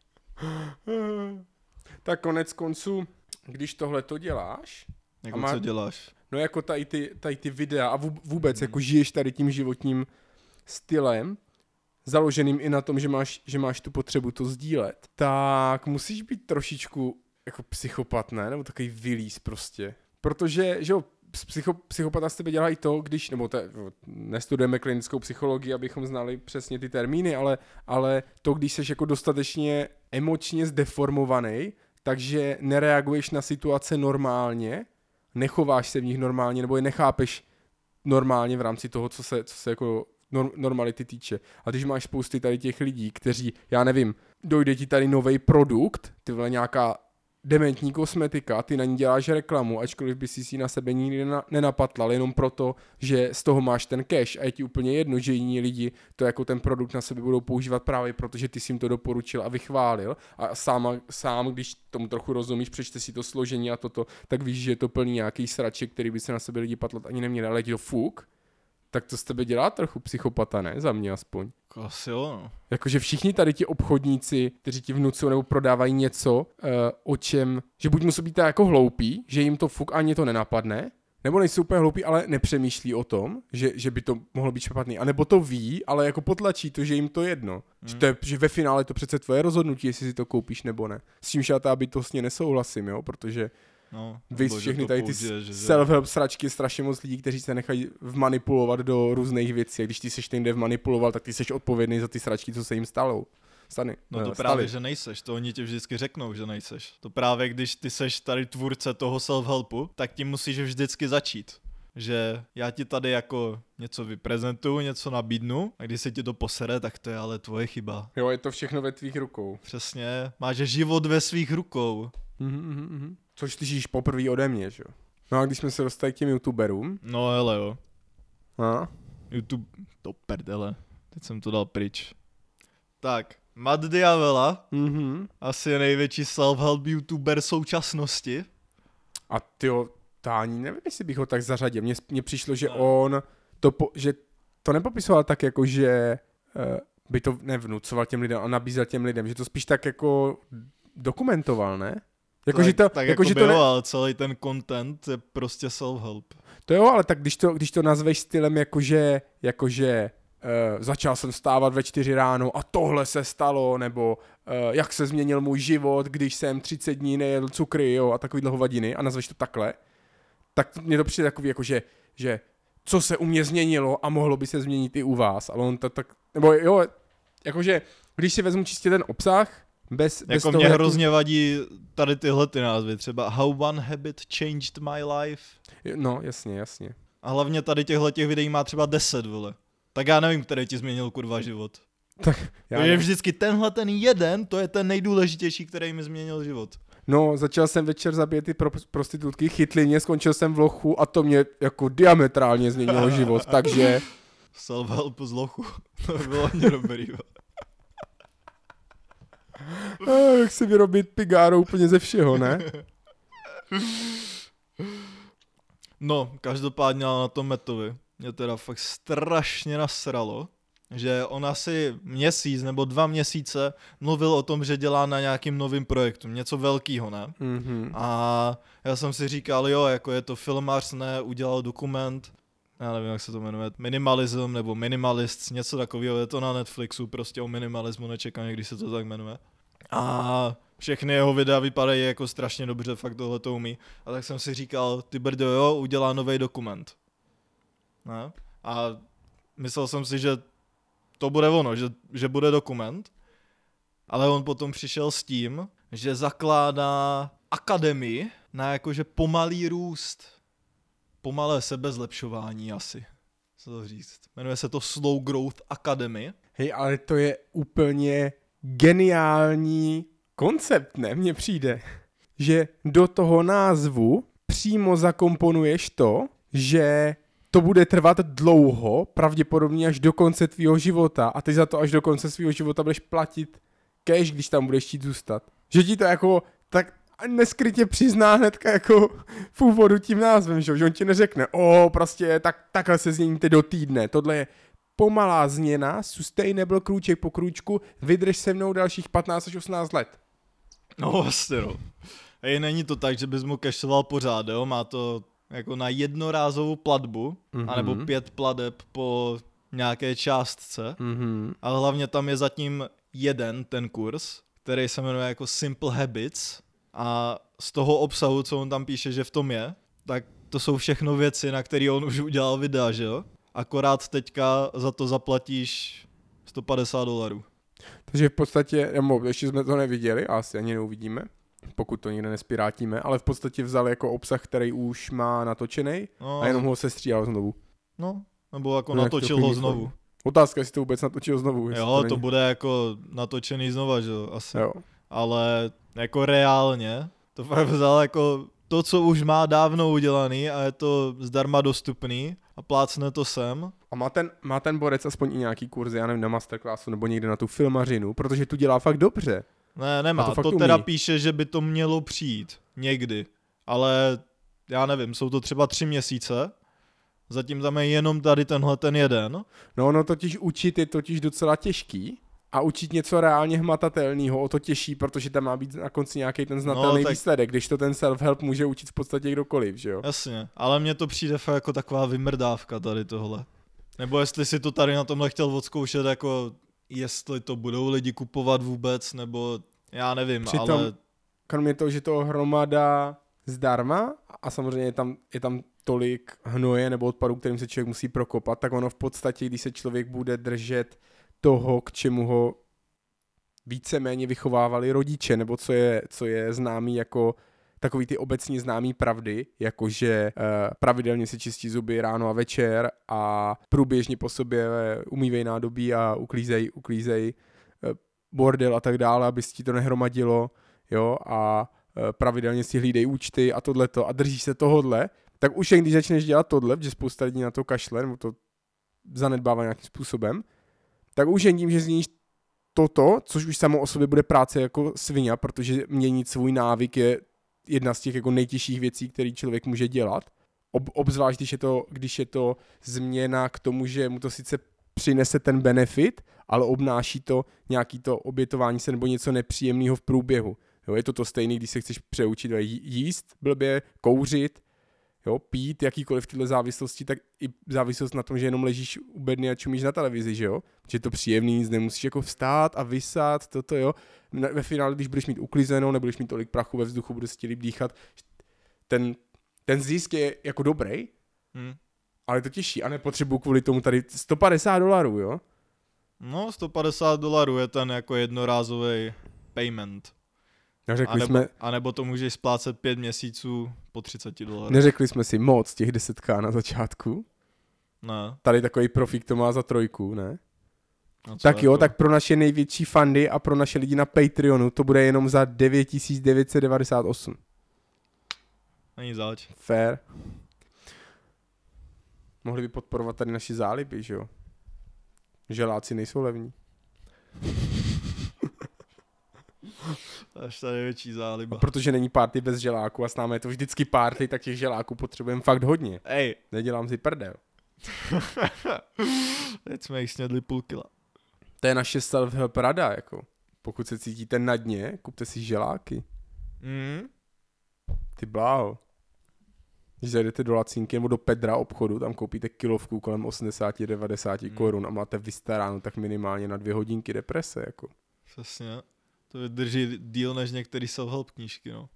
Tak konec konců, když tohle to děláš, Jako A má- co děláš? no jako tady ty, tady ty videa a vů- vůbec jako žiješ tady tím životním stylem, založeným i na tom, že máš, že máš tu potřebu to sdílet, tak musíš být trošičku jako psychopat, ne? Nebo takový vylíz prostě. Protože, že jo, psycho, psychopata z tebe dělá i to, když, nebo te, nestudujeme klinickou psychologii, abychom znali přesně ty termíny, ale, ale to, když jsi jako dostatečně emočně zdeformovaný, takže nereaguješ na situace normálně, nechováš se v nich normálně, nebo je nechápeš normálně v rámci toho, co se, co se jako norm, normality týče. A když máš spousty tady těch lidí, kteří, já nevím, dojde ti tady nový produkt, ty vole nějaká dementní kosmetika, ty na ní děláš reklamu, ačkoliv by si si na sebe nikdy na, nenapatlal, jenom proto, že z toho máš ten cash a je ti úplně jedno, že jiní lidi to jako ten produkt na sebe budou používat právě proto, že ty jsi jim to doporučil a vychválil a sám, sám když tomu trochu rozumíš, přečte si to složení a toto, tak víš, že je to plný nějaký sraček, který by se na sebe lidi patlat ani neměli, ale je ti to fuk, tak to z tebe dělá trochu psychopata, ne? Za mě aspoň. Asi jo, no. Jakože všichni tady ti obchodníci, kteří ti vnucují nebo prodávají něco, uh, o čem, že buď musí být jako hloupí, že jim to fuk ani to nenapadne, nebo nejsou úplně hloupí, ale nepřemýšlí o tom, že, že by to mohlo být špatný, anebo to ví, ale jako potlačí to, že jim to jedno. Hmm. Že, to je, že ve finále to přece tvoje rozhodnutí, jestli si to koupíš nebo ne. S čímž já tady bytostně nesouhlasím, jo, protože No, vy nebo že všechny to tady ty použije, že- self-help sračky, strašně moc lidí, kteří se nechají vmanipulovat do různých věcí. A když ty seš ten, kde vmanipuloval, tak ty seš odpovědný za ty sračky, co se jim stalo. Stany. No to stali. právě, že nejseš, to oni ti vždycky řeknou, že nejseš. To právě, když ty seš tady tvůrce toho self-helpu, tak tím musíš vždycky začít. Že já ti tady jako něco vyprezentuju, něco nabídnu a když se ti to posere, tak to je ale tvoje chyba. Jo, je to všechno ve tvých rukou. Přesně, máš život ve svých rukou. Mhm, mhm. Což ty žiješ poprvé ode mě, že jo. No a když jsme se dostali k těm youtuberům, No hele jo, a? YouTube, to prdele, teď jsem to dal pryč. Tak, Matt Diavela, Mhm. asi je největší self-help youtuber současnosti. A tyjo, to ani nevím, jestli bych ho tak zařadil. Mně, mně přišlo, že Ne. on to, po, že to nepopisoval tak jako, že uh, by to nevnucoval těm lidem a nabízel těm lidem, že to spíš tak jako dokumentoval, ne? Jako, tak, že to, tak jako, jako že by to, ne, jo, ale celý ten content je prostě self-help. to jo, ale tak když to, když to nazveš stylem jakože, jakože uh, začal jsem vstávat ve čtyři ráno a tohle se stalo, nebo uh, jak se změnil můj život, když jsem třicet dní nejedl cukry, jo, a takovýhle hovadiny a nazveš to takhle, tak mně to přijde takový jako, že, že co se u mě změnilo a mohlo by se změnit i u vás, ale on to tak, nebo jo, jakože když si vezmu čistě ten obsah, bez, bez Jako toho, mě jak- hrozně vadí tady tyhle ty názvy, třeba How One Habit Changed My Life. No, jasně, jasně. A hlavně tady těchhle těch videí má třeba deset, vole. Tak já nevím, který ti změnil kurva život. Tak, já To je ne. vždycky tenhle ten jeden, to je ten nejdůležitější, který mi změnil život. No, začal jsem večer zabíjet ty pro, prostitutky, chytli mě, skončil jsem v lochu a to mě jako diametrálně změnilo život, takže... Self-help z lochu. To by bylo hodně dobrý. vole. Eh, jak si vyrobit pigáro úplně ze všeho, ne? No, každopádně na tom Metovi mě teda fakt strašně nasralo, že on asi měsíc nebo dva měsíce mluvil o tom, že dělá na nějakým novým projektu, něco velkýho, ne? Mhm. A já jsem si říkal, jo, jako je to filmař, ne, udělal dokument, já nevím, jak se to jmenuje, minimalism nebo minimalists, něco takového, je to na Netflixu, prostě o minimalismu, nečekám, když se to tak jmenuje. A všechny jeho videa vypadají jako strašně dobře, fakt tohle to umí. A tak jsem si říkal, ty brdo, jo, udělá nový dokument. Ne? A myslel jsem si, že to bude ono, že, že bude dokument. Ale on potom přišel s tím, že zakládá akademii na jakože pomalý růst, pomalé sebezlepšování asi, co to říct. Jmenuje se to Slow Growth Academy. Hej, ale to je úplně geniální koncept, ne? Mně přijde, že do toho názvu přímo zakomponuješ to, že to bude trvat dlouho, pravděpodobně až do konce tvýho života a ty za to až do konce svého života budeš platit cash, když tam budeš chtít zůstat. Že ti to jako tak neskrytě přizná hnedka jako v úvodu tím názvem, že on ti neřekne, o, prostě tak, takhle se změníte do týdne, tohle je pomalá změna, sustainable krůček po krůčku, vydrž se mnou dalších patnáct až osmnáct let. No vlastně no. Hej, není to tak, že bys mu cashoval pořád, jo? Má to jako na jednorázovou platbu, mm-hmm. anebo pět plateb po nějaké částce, mm-hmm. ale hlavně tam je zatím jeden ten kurz, který se jmenuje jako Simple Habits a z toho obsahu, co on tam píše, že v tom je, tak to jsou všechno věci, na které on už udělal videa, že jo? Akorát teďka za to zaplatíš sto padesát dolarů. Takže v podstatě, nebo ještě jsme to neviděli, a asi ani neuvidíme, pokud to nikde nespirátíme, ale v podstatě vzal jako obsah, který už má natočený no, a jenom ho sestříhal znovu. No, nebo jako no, natočil ho znovu. Form. Otázka, jestli to vůbec natočil znovu. Jo, to, to bude jako natočený znova, že jo, asi. Jo. Ale jako reálně, to fakt vzal jako to, co už má dávno udělaný a je to zdarma dostupný a plácne to sem. A má ten, má ten borec aspoň i nějaký kurzy, já nevím, na masterclassu nebo někde na tu filmařinu, protože tu dělá fakt dobře. Ne, nemá, to, to teda píše, že by to mělo přijít někdy, ale já nevím, jsou to třeba tři měsíce, zatím tam je jenom tady tenhle ten jeden. No ono totiž učit je totiž docela těžký a učit něco reálně hmatatelného o to těžší, protože tam má být na konci nějaký ten znatelný no, tak... výsledek, když to ten self-help může učit v podstatě kdokoliv, že jo? Jasně, ale mně to přijde fakt jako taková vymrdávka tady tohle. Nebo jestli si to tady na tomhle chtěl odzkoušet, jako jestli to budou lidi kupovat vůbec, nebo já nevím, Přitom, ale... kromě toho, že to hromada zdarma a samozřejmě je tam, je tam tolik hnoje nebo odpadů, kterým se člověk musí prokopat, tak ono v podstatě, když se člověk bude držet toho, k čemu ho víceméně vychovávali rodiče, nebo co je, co je známý jako takový ty obecně známý pravdy, jakože uh, pravidelně si čistí zuby ráno a večer a průběžně po sobě umývej nádobí a uklízej, uklízej uh, bordel a tak dále, aby si ti to nehromadilo, jo, a uh, pravidelně si hlídej účty a tohleto a držíš se tohodle, tak už jen když začneš dělat tohle, že spousta lidí na to kašle, nebo to zanedbává nějakým způsobem, tak už jen tím, že změníš toto, což už samo o sobě bude práce jako svině, protože měnit svůj návyk je jedna z těch jako nejtěžších věcí, které člověk může dělat. Ob, obzvlášť, když je, to, když je to změna k tomu, že mu to sice přinese ten benefit, ale obnáší to nějaký to obětování se nebo něco nepříjemného v průběhu. Jo, je to to stejné, když se chceš přeučit jíst, blbě, kouřit, jo, pít, jakýkoliv tyhle závislosti, tak i závislost na tom, že jenom ležíš u bedny a čumíš na televizi, že jo? Že je to příjemný, nic nemusíš jako vstát a vysát, toto jo. Ve finále, když budeš mít uklizenou, nebudeš mít tolik prachu ve vzduchu, bude se ti líp dýchat, ten, ten zisk je jako dobrý, hmm. ale je to těžší a nepotřebuji kvůli tomu tady sto padesát dolarů, jo? No, sto padesát dolarů je ten jako jednorázový payment. Neřekli a, nebo, jsme, a nebo to můžeš splácet pět měsíců po třicet dolarů. Neřekli jsme si moc těch deset ká na začátku. Ne. Tady takový profík to má za trojku, ne? No tak jo, jako? tak pro naše největší fandy a pro naše lidi na Patreonu to bude jenom za devět tisíc devět set devadesát osm. Není zač. Fair. Mohli by podporovat tady naši záliby, že jo? Želáci nejsou levní. Až ta největší záliba. A protože není party bez želáku a s námi je to vždycky party, tak těch želáků potřebujeme fakt hodně. Ej. Nedělám si prdel. Teď jsme jich snědli půl kila. To je naše self-help rada, jako. Pokud se cítíte na dně, kupte si želáky. Mm. Ty bláho. Když zajdete do Lacinky nebo do Pedra obchodu, tam koupíte kilovku kolem osmdesát až devadesát mm. korun a máte vystaráno tak minimálně na dvě hodinky deprese, jako. Přesně. To vydrží díl než některý self-help knížky, no.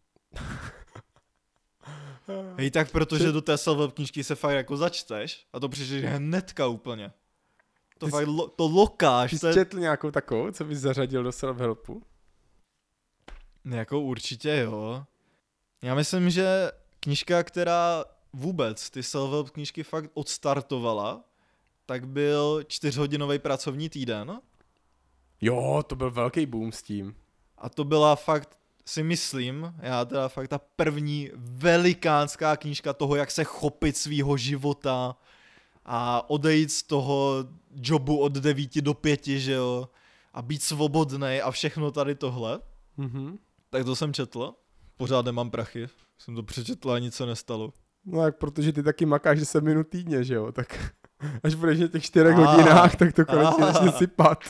Hej, tak protože do té self-help knížky se fakt jako začteš a to přišli hnedka úplně. To ty fakt, jsi, lo, to lokáš. Ty jsi se... četl nějakou takovou, co bys zařadil do self-helpu? Jako určitě jo. Já myslím, že knížka, která vůbec ty self-help knížky fakt odstartovala, tak byl čtyřhodinový pracovní týden. Jo, to byl velký boom s tím. A to byla fakt, si myslím, já teda fakt ta první velikánská knížka toho, jak se chopit svýho života a odejít z toho jobu od devíti do pěti, že jo, a být svobodnej a všechno tady tohle. Mhm. Tak to jsem četl. Pořád nemám prachy. Jsem to přečetl a nic se nestalo. No tak protože ty taky makáš deset minut týdně, že jo, tak až budeš na těch čtyřech Ah. hodinách, tak to konečně Ah. začne sypat.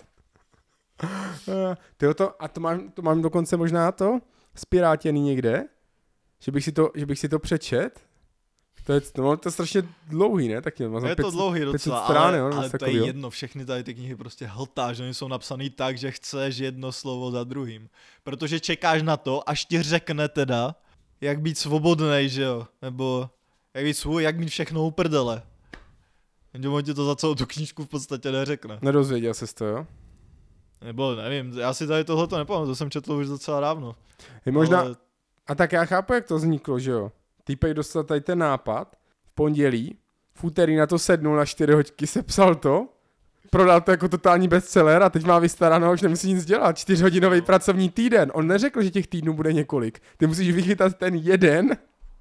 Tyjo, to, a to mám, to mám dokonce možná to spirátěný někde, že bych si to, že bych si to přečet. To je, no, to je strašně dlouhý, ne? Tak je, Je to dlouhý docela, strán, ale, jo, ale to takovýho. je jedno, všechny tady ty knihy prostě hltáš, oni jsou napsaný tak, že chceš jedno slovo za druhým. Protože čekáš na to, až ti řekne teda, jak být svobodnej, že jo, nebo jak být svůj, jak mít všechno u prdele. Jenže on ti to za celou tu knížku v podstatě neřekne. Nedozvěděl ses to, jo? Nebo nevím, já si tady tohleto nepamatuju, to jsem četl už docela dávno. Je možná, Ale a tak já chápu, jak to vzniklo, že jo? Týpek dostal tady ten nápad, v pondělí, v úterý na to sednul na čtyři hoďky, sepsal to, prodal to jako totální bestseller a teď má vystaráno, už nemusí nic dělat. Čtyřhodinový pracovní týden. On neřekl, že těch týdnů bude několik. Ty musíš vychytat ten jeden,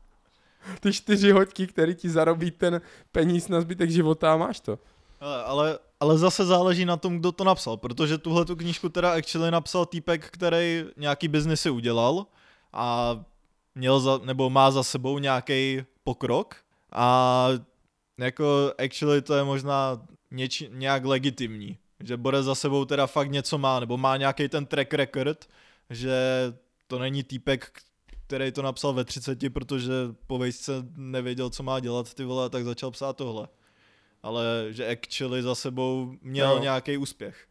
ty čtyři hoďky, který ti zarobí ten peníz na zbytek života a máš to. Ale, ale, ale zase záleží na tom, kdo to napsal, protože tuhle tu knížku teda actually napsal týpek, který nějaký biznesy udělal a měl za, nebo má za sebou nějaký pokrok a jako actually to je možná něč, nějak legitimní, že Borec za sebou teda fakt něco má, nebo má nějaký ten track record, že to není týpek, který to napsal ve třiceti, protože po vejšce nevěděl, co má dělat, ty vole, tak začal psát tohle. Ale že actually za sebou měl Jo. nějaký úspěch.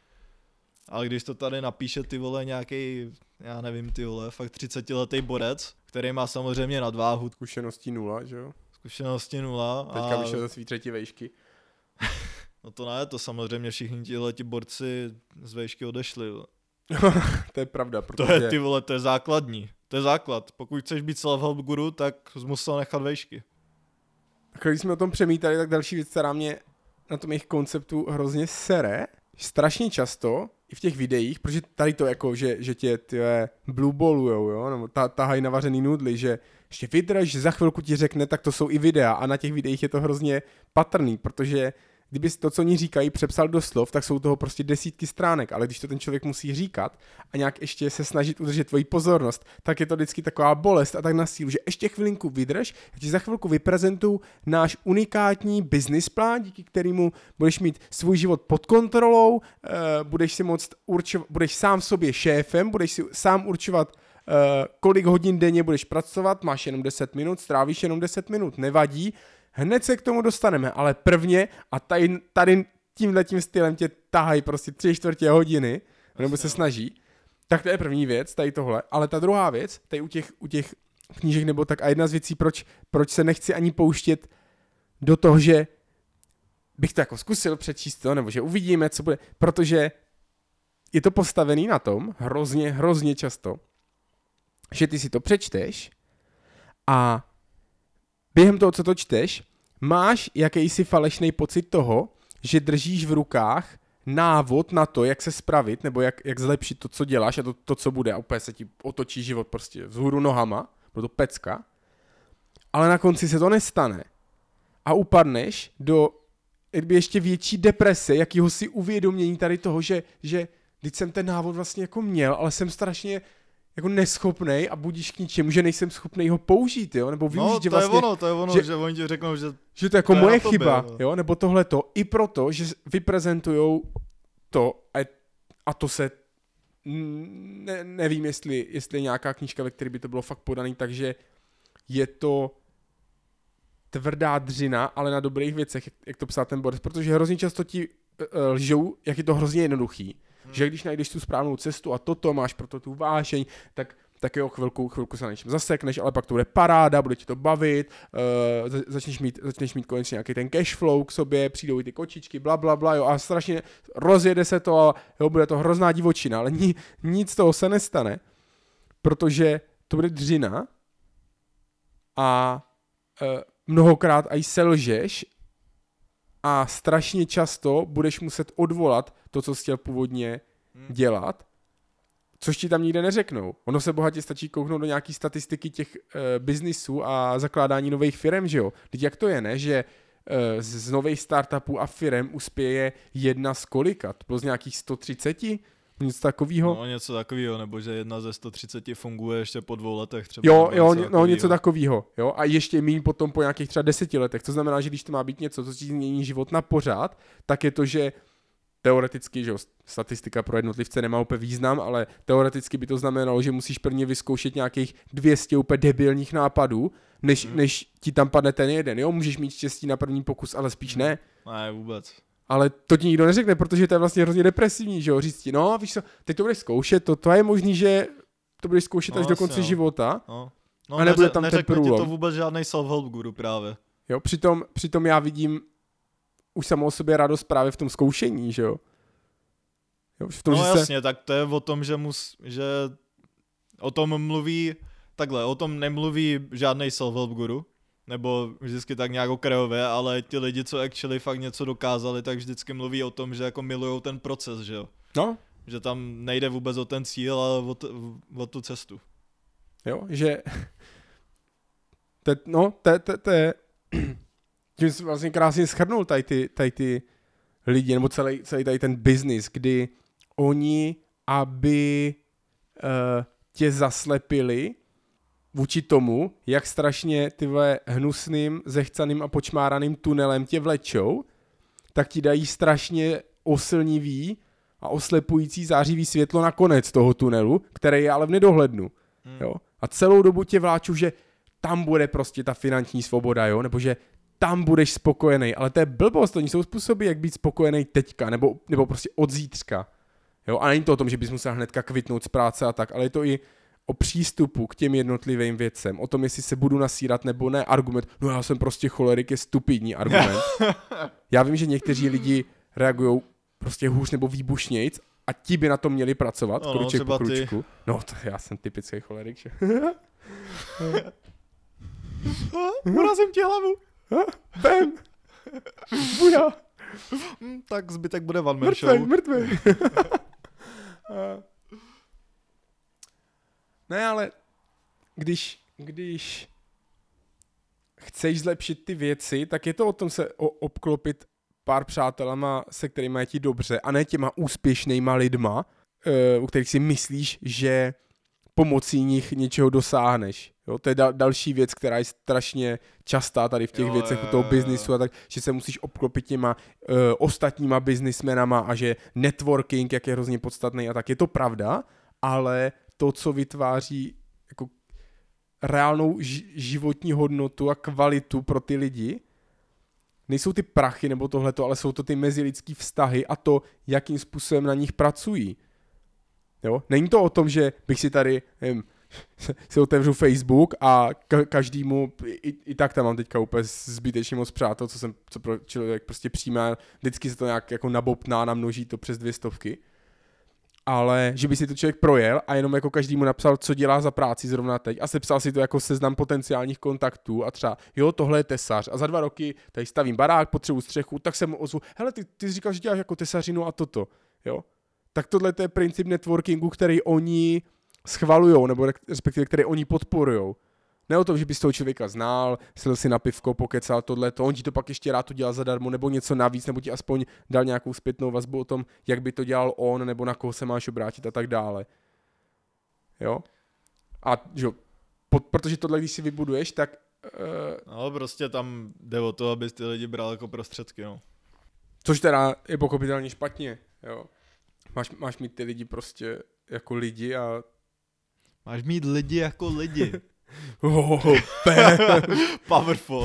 Ale když to tady napíše ty vole nějaký, já nevím ty vole, fakt třicetiletý borec, který má samozřejmě nadváhu, Zkušeností nula, že jo? zkušenosti nula. Teďka a vyšel ze svý třetí vejšky. no to ne, to samozřejmě všichni tihleti borci z vejšky odešli. Vole. To je pravda, protože... To je ty vole, to je základní. To je základ. Pokud chceš být self-help guru, tak jsi musel nechat vejšky. Když jsme o tom přemítali, tak další věc, která mě na tom jejich konceptu hrozně sere, strašně často, i v těch videích, protože tady to jako, že, že tě tyhle blue ballujou, jo, nebo ta, tahají navařený nudly, že ještě vydrž, za chvilku ti řekne, tak to jsou i videa a na těch videích je to hrozně patrný, protože kdyby to, co oni říkají, přepsal do slov, tak jsou toho prostě desítky stránek, ale když to ten člověk musí říkat a nějak ještě se snažit udržet tvoji pozornost, tak je to vždycky taková bolest a tak na sílu, že ještě chvilinku vydrž, já ti za chvilku vyprezentuju náš unikátní business plán, díky kterému budeš mít svůj život pod kontrolou, uh, budeš si moct určovat, budeš sám sobě šéfem, budeš si sám určovat, uh, kolik hodin denně budeš pracovat, máš jenom deset minut, strávíš jenom deset minut, nevadí. Hned se k tomu dostaneme, ale prvně a tady, tady tímhletím stylem tě tahají prostě tři čtvrtě hodiny, nebo se snaží, tak to je první věc, tady tohle, ale ta druhá věc, tady u těch, u těch knížek nebo tak a jedna z věcí, proč, proč se nechci ani pouštět do toho, že bych to jako zkusil přečíst to, nebo že uvidíme, co bude, protože je to postavený na tom, hrozně, hrozně často, že ty si to přečteš a během toho, co to čteš, máš jakýsi falešný pocit toho, že držíš v rukách návod na to, jak se spravit, nebo jak, jak zlepšit to, co děláš a to, to, co bude. A úplně se ti otočí život prostě vzhůru nohama, bude to pecka. Ale na konci se to nestane. A upadneš do jakby ještě větší deprese, jakýho si uvědomění tady toho, že, že když jsem ten návod vlastně jako měl, ale jsem strašně jako neschopnej a budíš k ničemu, že nejsem schopnej ho použít, jo, nebo využít, No, to že vlastně, je ono, to je ono, že, že oni ti řeknou, že že to je jako to je moje na tobě, chyba, no. jo, nebo tohleto, i proto, že vyprezentujou to a, a to se ne, nevím, jestli, jestli je nějaká knížka, ve které by to bylo fakt podaný, takže je to tvrdá dřina, ale na dobrých věcech, jak, jak to psal ten Boris, protože hrozně často ti uh, lžou, jak je to hrozně jednoduchý, hmm. že když najdeš tu správnou cestu a toto máš proto tu vášeň, tak tak jo, chvilku, chvilku se na něčem zasekneš, ale pak to bude paráda, bude ti to bavit, uh, začneš, mít, začneš mít konečně nějaký ten cash flow k sobě, přijdou i ty kočičky, bla, bla, bla, jo, a strašně rozjede se to a jo, bude to hrozná divočina, ale ni, nic z toho se nestane, protože to bude dřina a e, mnohokrát aj selžeš a strašně často budeš muset odvolat to, co jsi chtěl původně dělat, což ti tam nikde neřeknou. Ono se bohatě stačí kouknout do nějaký statistiky těch e, biznisů a zakládání nových firem, že jo? Teď jak to je, ne? Že e, z nových startupů a firem uspěje jedna z kolika? To bylo z nějakých sto třicet? Něco takového? No něco takového, nebo že jedna ze sto třicet funguje ještě po dvou letech třeba. Jo, jo, něco no něco takového. Jo? A ještě míň potom po nějakých třeba deseti letech. To znamená, že když to má být něco, co ti změní život na pořád, tak je to, že teoreticky, že jo, statistika pro jednotlivce nemá úplně význam, ale teoreticky by to znamenalo, že musíš prvně vyzkoušet nějakých dvě stě úplně debilních nápadů, než, hmm. než ti tam padne ten jeden. Jo, můžeš mít štěstí na první pokus, ale spíš ne. Ne, vůbec. Ale to ti nikdo neřekne, protože to je vlastně hrozně depresivní, že jo, říct ti, no víš co, teď to budeš zkoušet, to, to je možný, že to budeš zkoušet no, až do konce no. života. No, no a nebude tam ten průlom. Neřekne ti to vůbec žádnej self-help guru právě. Jo, přitom, přitom já vidím už samo o sobě radost právě v tom zkoušení, že jo. jo v tom, no že jasně, se... tak to je o tom, že, mus, že o tom mluví, takhle, o tom nemluví žádnej self-help guru, nebo vždycky tak nějak okrajově, ale ti lidi, co actually fakt něco dokázali, tak vždycky mluví o tom, že jako milujou ten proces, že jo. No. Že tam nejde vůbec o ten cíl, ale o, t- o tu cestu. Jo, že... Te, no, to te, te, tím jsi vlastně krásně shrnul tady ty, tady ty lidi, nebo celý, celý tady ten biznis, kdy oni, aby uh, tě zaslepili vůči tomu, jak strašně tyhle hnusným, zechcaným a počmáraným tunelem tě vlečou, tak ti dají strašně oslnivý a oslepující zářivý světlo na konec toho tunelu, který je ale v nedohlednu. Hmm. Jo? A celou dobu tě vláču, že tam bude prostě ta finanční svoboda, jo? Nebo že tam budeš spokojený, ale to je blbost, oni jsou způsoby, jak být spokojený teďka, nebo, nebo prostě od zítřka. Jo? A není to o tom, že bys musel hnedka kvitnout z práce a tak, ale je to i o přístupu k těm jednotlivým věcem, o tom, jestli se budu nasírat nebo ne, argument, no já jsem prostě cholerik, je stupidní argument. Já vím, že někteří lidi reagují prostě hůř nebo výbušnějc a ti by na to měli pracovat, no, kruček po kručku. Ty. No, to já jsem typický cholerik, že? Urazím ti hlavu. Ben! Buda! Tak zbytek bude one man show. Mrtvej, mrtvej. Ne, ale když, když chceš zlepšit ty věci, tak je to o tom se o, obklopit pár přátelama, se kterými je ti dobře, a ne těma úspěšnýma lidma, uh, u kterých si myslíš, že pomocí nich něčeho dosáhneš. Jo? To je da- další věc, která je strašně častá tady v těch jo, věcech u toho biznisu a tak, že se musíš obklopit těma uh, ostatníma biznismenama a že networking, jak je hrozně podstatný a tak. Je to pravda, ale to, co vytváří jako reálnou ž- životní hodnotu a kvalitu pro ty lidi, nejsou ty prachy nebo tohleto, ale jsou to ty mezilidský vztahy a to, jakým způsobem na nich pracují. Jo? Není to o tom, že bych si tady nevím, si otevřu Facebook a ka- každému, i, i tak tam mám teďka úplně zbytečně moc přátel, co jsem, co pro člověk prostě přijímá, vždycky se to nějak jako nabobtná, namnoží to přes dvě stovky. Ale že by si to člověk projel a jenom jako každému napsal, co dělá za práci zrovna teď a sepsal si to jako seznam potenciálních kontaktů a třeba, jo, tohle je tesař a za dva roky tady stavím barák, potřebuji střechu, tak se mu ozvu, hele, ty, ty jsi říkal, že děláš jako tesařinu a toto, jo. Tak tohle je princip networkingu, který oni schvalujou, nebo respektive který oni podporujou. Ne o tom, že bys toho člověka znal, sedl si na pivko, pokecal tohleto, on ti to pak ještě rád udělal zadarmo, nebo něco navíc, nebo ti aspoň dal nějakou zpětnou vazbu o tom, jak by to dělal on, nebo na koho se máš obrátit a tak dále. Jo? A že, pod, protože tohle, když si vybuduješ, tak... Uh, no prostě tam jde o to, abys ty lidi bral jako prostředky, no. Což teda je pochopitelně špatně, jo. Máš, máš mít ty lidi prostě jako lidi a... Máš mít lidi jako lidi. Oh, Powerful.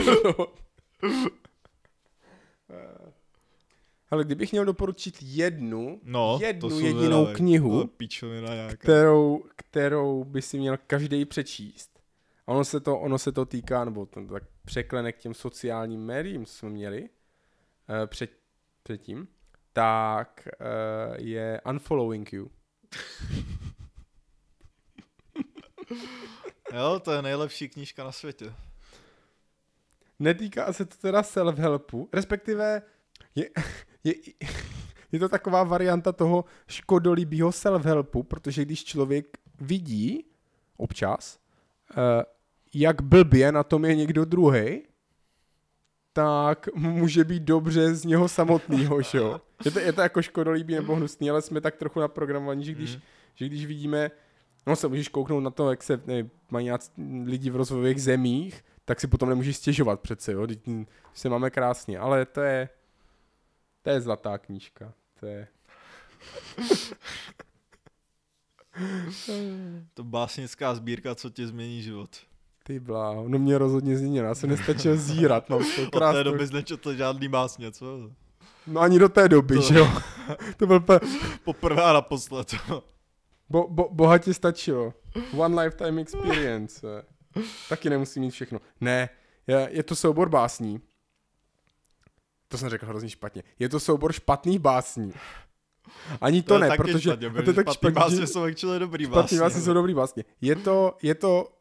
Ale kdybych měl doporučit jednu, no, jednu jedinou zvědavý. knihu, no, kterou, kterou by si měl každý přečíst, a ono se to, ono se to týká, nebo to tak překlene k těm sociálním médiím, co jsme měli uh, před, předtím, tak uh, je Unfollowing You. Jo, to je nejlepší knížka na světě. Netýká se to teda self-helpu, respektive je, je, je to taková varianta toho škodolibýho self-helpu, protože když člověk vidí občas, uh, jak blbě na tom je někdo druhý, tak může být dobře z něho samotného, že jo? Je to, je to jako škodolibý nebo hnusný, ale jsme tak trochu naprogramovaní, že když, mm. že když vidíme, no se můžeš kouknout na to, jak se ne, mají nějak lidi v rozvojových zemích, tak si potom nemůžeš stěžovat přece, jo? Když se máme krásně, ale to je, to je zlatá knížka, to je... To básnická sbírka, co ti změní život. Ty bláho, no mě rozhodně změnila, já jsem nestačil zírat, mám to krásnou... Od té doby jsi nečetl žádný básně, co? No ani do té doby, to... že jo? To byl pe... Poprvé a naposled. Bo, bo, bohatě stačilo. One lifetime experience. Taky nemusí mít všechno. Ne, je, je to soubor básní. To jsem řekl hrozně špatně. Je to soubor špatných básní. Ani to, to ne, protože... Špatně, a to tak špatný básně jsou actually dobrý básně. Špatný básně jsou dobrý básně. Je to, je to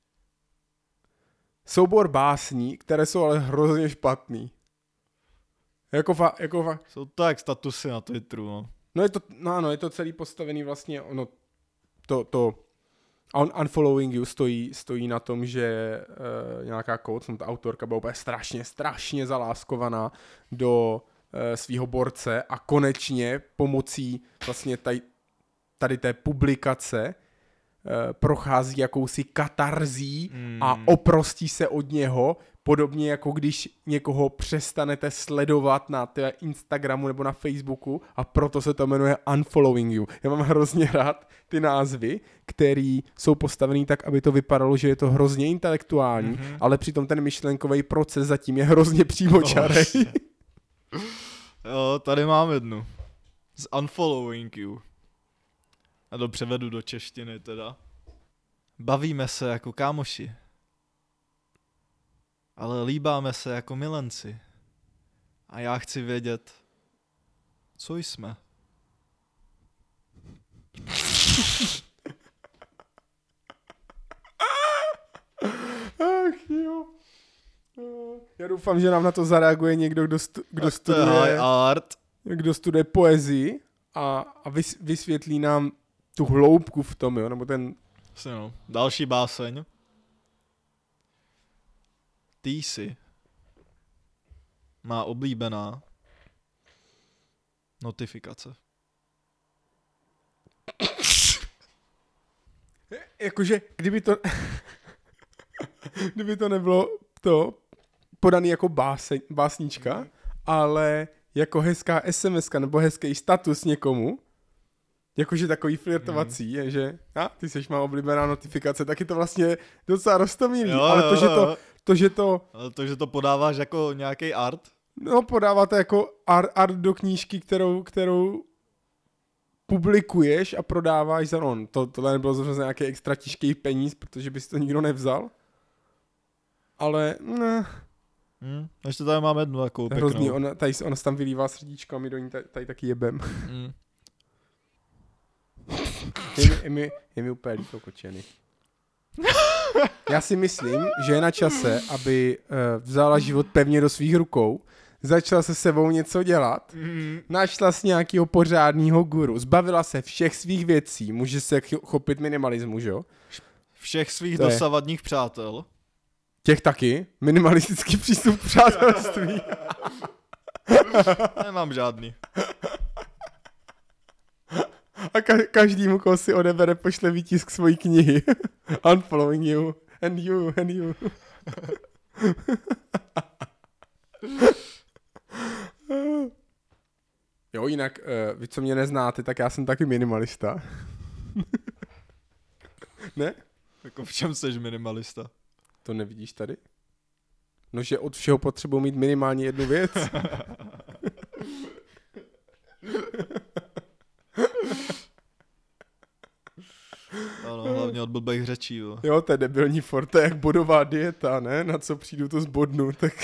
soubor básní, které jsou ale hrozně špatný. Jako fa, jako fa... Jsou to jak statusy na Twitteru, no. No je to, no ano, je to celý postavený vlastně, ono, to, to un, Unfollowing You stojí, stojí na tom, že uh, nějaká coach, ta autorka byla úplně strašně, strašně zaláskovaná do uh, svýho borce a konečně pomocí vlastně tady, tady té publikace uh, prochází jakousi katarzí mm. a oprostí se od něho, podobně jako když někoho přestanete sledovat na té Instagramu nebo na Facebooku a proto se to jmenuje Unfollowing You. Já mám hrozně rád ty názvy, které jsou postavený tak, aby to vypadalo, že je to hrozně intelektuální, mm-hmm. ale přitom ten myšlenkový proces zatím je hrozně přímočarej. Oh, jo, tady mám jednu. Z Unfollowing You. A to převedu do češtiny teda. Bavíme se jako kámoši. Ale líbáme se jako milenci. A já chci vědět, co jsme. Ach jo. Já doufám, že nám na to zareaguje někdo, kdo, stu, kdo, studuje, art. kdo studuje poezii a, a vys, vysvětlí nám tu hloubku v tom, jo, nebo ten... No. Další báseň. Ty jsi má oblíbená notifikace. Jakože, kdyby to... kdyby to nebylo to podaný jako báseň, básnička, mm. ale jako hezká es em eska nebo hezký status někomu, jakože takový flirtovací, mm. je, že a, ty jsi má oblíbená notifikace, tak je to vlastně docela roztomilý, ale to, že to... To, že to... Ale to, že to podáváš jako nějaký art? No, podáváte jako art, art do knížky, kterou, kterou publikuješ a prodáváš za on. To, tohle nebylo zase nějaký extra těžký peníz, protože bys to nikdo nevzal. Ale, ne. Hmm, ještě tady máme jednu takovou pěknou. Hrozný, ona, tady, ona se tam vylívá srdíčko a my do ní tady, tady taky jebem. Hmm. je, mi, je, mi, je mi úplně líto kočeny. Já si myslím, že je na čase, aby uh, vzala život pevně do svých rukou, začala se sebou něco dělat, mm. našla si nějakého pořádného guru, zbavila se všech svých věcí, může se chopit minimalismu, že jo? Všech svých to dosavadních je. Přátel. Těch taky, minimalistický přístup k přátelství. Nemám žádný. A ka- každému, koho si odebere, pošle výtisk svojí knihy. Unfollowing you, and you, and you. Jo, jinak, uh, vy, co mě neznáte, tak já jsem taky minimalista. Ne? Jako v čem seš minimalista? To nevidíš tady? No, že od všeho potřebuji mít minimálně jednu věc. Ano, hlavně od blbých řečí, jo. Jo, to je debilní for, to je jak bodová dieta, ne? Na co přijdu, to zbodnu, tak...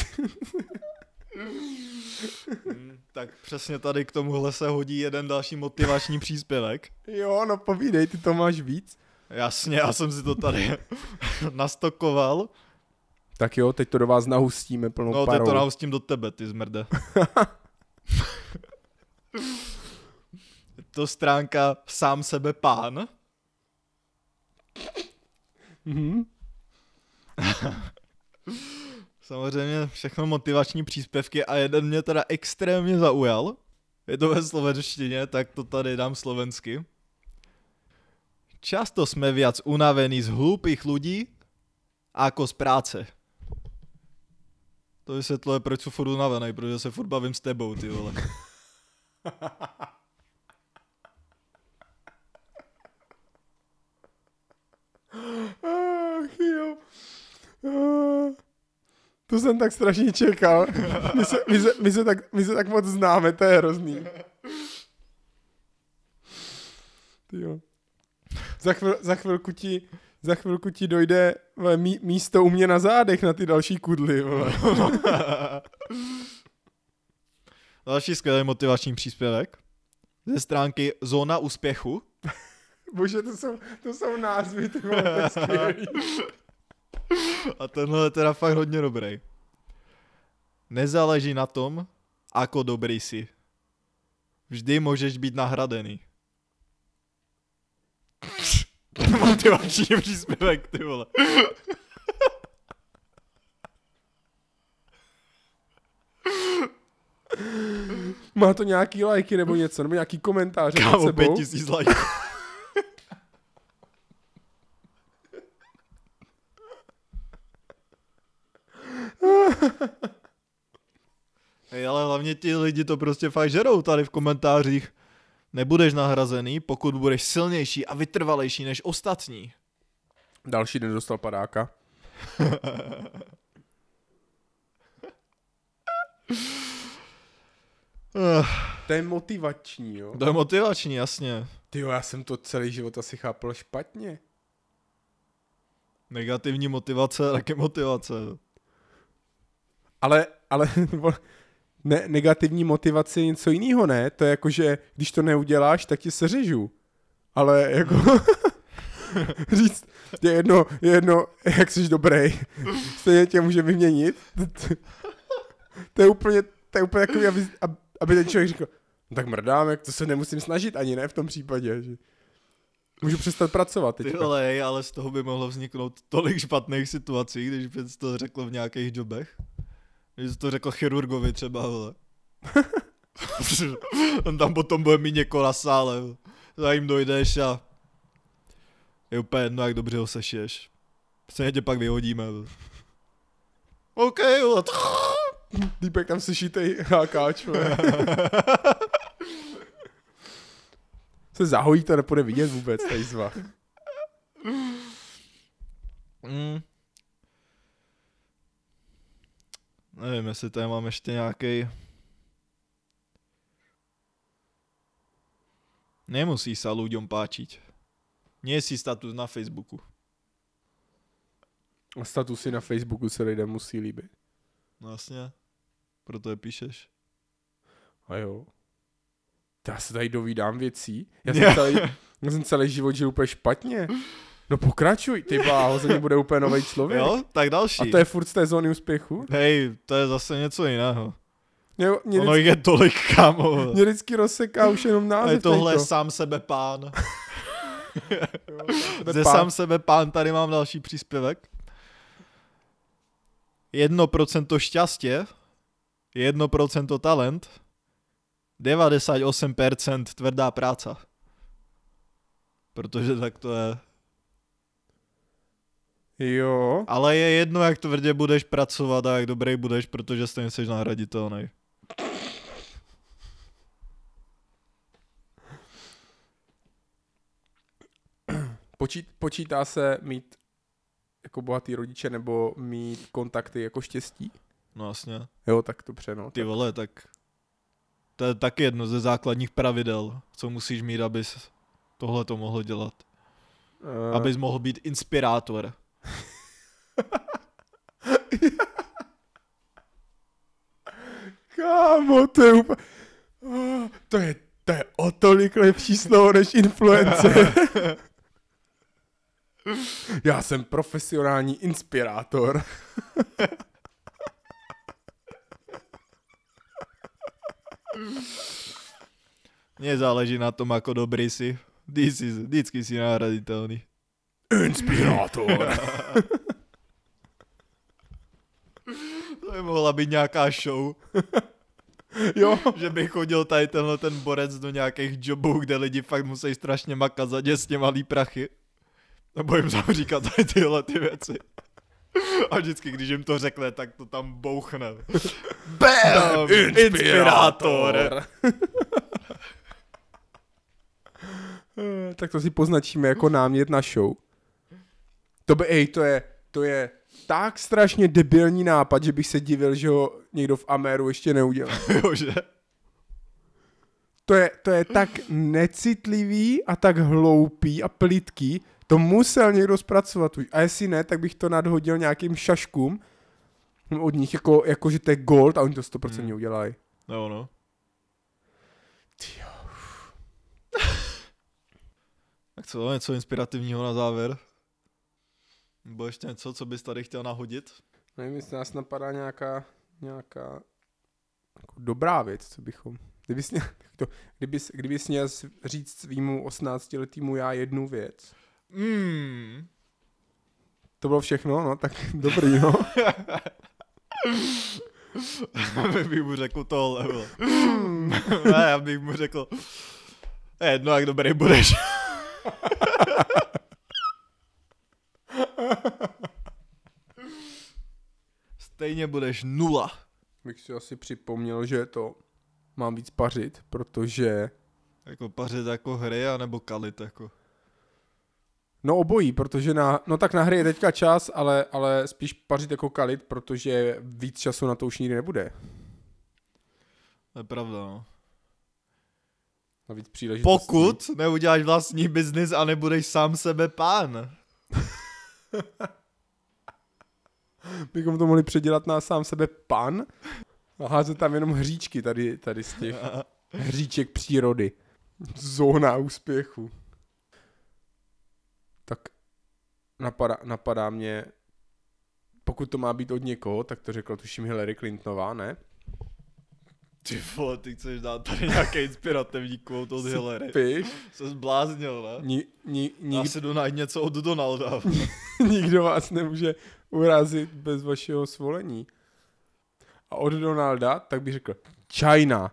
hmm, tak přesně tady k tomuhle se hodí jeden další motivační příspěvek. Jo, no povídej, ty to máš víc. Jasně, já jsem si to tady nastokoval. Tak jo, teď to do vás nahustíme plnou No, parou. teď to nahustím do tebe, ty zmrde. Je to stránka Sám sebe pán. Mhm. Samozřejmě všechno motivační příspěvky a jeden mě teda extrémně zaujal. Je to ve slovenštině, tak to tady dám slovensky. Často jsme viac unavení z hlúpých ľudí ako z práce. To vysvětluje, proč jsou furt unavený, protože se furt bavím s tebou, ty vole. Ach jo. Ah, to jsem tak strašně čekal. My se, my, se, my, se tak, my se tak moc známe, to je hrozný. Ty jo. Za, chvil, za, chvilku ti, za chvilku ti dojde vole, mí, místo u mě na zádech na ty další kudly. Vole. Další skvělý motivační příspěvek ze stránky Zóna úspěchu. Bože, to jsou, to jsou názvy, ty vole, to je skvělý. A tenhle je teda fakt hodně dobrý. Nezáleží na tom, ako dobrý si. Vždy můžeš být nahradený. Motivační příspěvek, ty vole. Má to nějaký lajky nebo něco, nebo nějaký komentáře pod Kámo, sebou. pět tisíc lajků. Hej, ale hlavně ti lidi to prostě fakt žerou tady v komentářích. Nebudeš nahrazený, pokud budeš silnější a vytrvalejší než ostatní. Další den dostal padáka. To je motivační, jo? To je motivační, jasně. Tyjo, já jsem to celý život asi chápal špatně. Negativní motivace, taky motivace. Ale, ale ne, negativní motivace je něco jiného, ne? To je jako, že když to neuděláš, tak tě seřežu. Ale jako říct, je jedno, je jedno, jak jsi dobrý, stejně tě může vyměnit. To je úplně, to je úplně takový, aby, aby ten člověk řekl, no tak mrdám, jak to se nemusím snažit ani, ne, v tom případě, že můžu přestat pracovat teďka. Ty vole, ale z toho by mohlo vzniknout tolik špatných situací, když bys to řekl v nějakých jobech. Když jsi to řekl chirurgovi třeba, vole. On tam potom bude mít někoho na sále. Za jim dojdeš a je úplně jedno, jak dobře ho sešiješ. Stejně tě pak vyhodíme. Vole. OK, vole. Týpek tam sešitej hákáč, vole. Se zahojí, to nepůjde vidět vůbec, tady zvah. Mm. Nevím, jestli tady mám ještě nějaký. Nemusí sa ľuďom páčiť. Nie si status na Facebooku. A statusy na Facebooku se lidem musí líbit. No jasně. Proto je píšeš. A jo. Já se tady dovídám věcí. Já jsem, celý, já jsem celý život žil úplně špatně. No pokračuj, ty bláho, ze mě bude úplně nový člověk. Jo, tak další. A to je furt z té zóny úspěchu? Hej, to je zase něco jiného. Mě, mě Ono vždycky, jich je tolik, kámo. mě vždycky rozseká už jenom A název. je tohle tejto. sám sebe pán. Jo, Ze pán. sám sebe pán tady mám další příspěvek. jedno procento šťastie, jedno procento talent, devadesát osm percent tvrdá práca. Protože tak to je. Jo. Ale je jedno, jak tvrdě budeš pracovat a jak dobrý budeš, protože stejně jsi nahraditelný. Počít, počítá se mít jako bohatý rodiče nebo mít kontakty jako štěstí? No jasně. Jo, tak dobře, no. Ty tak. vole, tak to je taky jedno ze základních pravidel, co musíš mít, abys tohle to mohl dělat. Uh, Abys mohl být inspirátor. Kámo, to je úplně... Oh, to je, to je o tolik lepší slovo než influencer. Já jsem profesionální inspirátor. Mně záleží na tom, jako dobrý si. Ty jsi, vždycky si nahraditelný. Inspirátor. To by mohla být nějaká show. Jo. Že by chodil tady tenhle ten borec do nějakých jobů, kde lidi fakt musí strašně makat za děsně malý prachy. Nebo jim tam říkat tady tyhle ty věci. A vždycky, když jim to řekne, tak to tam bouchne. Bam! Inspirátor! Tak to si poznačíme jako námět na show. To by, ej, to je, to je tak strašně debilní nápad, že bych se divil, že ho někdo v Améru ještě neudělal. Jože? To je, to je tak necitlivý a tak hloupý a plitký, to musel někdo zpracovat už. A jestli ne, tak bych to nadhodil nějakým šaškům od nich, jako, jako že to je gold a oni to sto procent hmm. udělají. No, no. Tyjo. Tak co, něco inspirativního na závěr? Nebo ještě něco, co bys tady chtěl nahodit? Nevím, jestli nás napadá nějaká, nějaká jako dobrá věc, co bychom... Kdybys, to, kdybys, kdybys měl říct svýmu osmnáctiletýmu já jednu věc. Mm. To bylo všechno, no, tak dobrý, no. Já bych mu řekl tohle. Mm. Ne, já bych mu řekl, jedno, jak dobrý budeš. Stejně budeš nula. Bych si asi připomněl, že to mám víc pařit, protože... Jako pařit jako hry, anebo kalit jako? No obojí, protože na... No tak na hry je teďka čas, ale, ale spíš pařit jako kalit, protože víc času na to už nikdy nebude. To je pravda, no. A víc příležitostí. Pokud neuděláš vlastní biznis a nebudeš sám sebe pán. Bychom to mohli předělat na sám sebe pan a házet tam jenom hříčky tady, tady z těch hříček přírody. Zóna úspěchu. Tak napadá, napadá mě, pokud to má být od někoho, tak to řekla tuším Hillary Clintonová, ne? Ty vole, ty chceš dát tady nějaký inspirativní quote od Hillary. Piš. Se zbláznil, ne? Ni, ni, ni, Já si jdu najít něco od Donalda. Nikdo vás nemůže urazit bez vašeho svolení. A od Donalda, tak bych řekl China.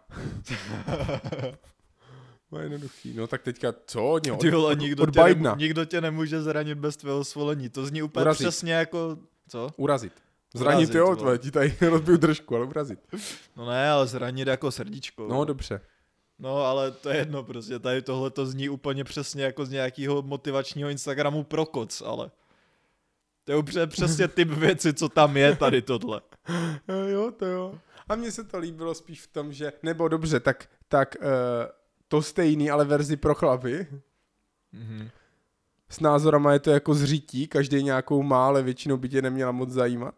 No jednoduchý. No tak teďka co od něho? Od, Ty vole, od, nikdo, od tě Bidena. nemů- nikdo tě nemůže zranit bez tvého svolení. To zní úplně Urazit. přesně jako... Co? Urazit. Zranit Urazit, jo, vole. tvoje, ti tady rozbiju držku, ale urazit. No ne, ale zranit jako srdíčko. No dobře. No, ale to je jedno prostě. Tady tohle to zní úplně přesně jako z nějakého motivačního Instagramu pro koc, ale... To je úplně přesně typ věci, co tam je tady tohle. Jo, to jo. A mně se to líbilo spíš v tom, že... Nebo dobře, tak, tak uh, to stejný, ale verzi pro chlapy. Mhm. S názorama je to jako zřítí, každý nějakou má, ale většinou by tě neměla moc zajímat.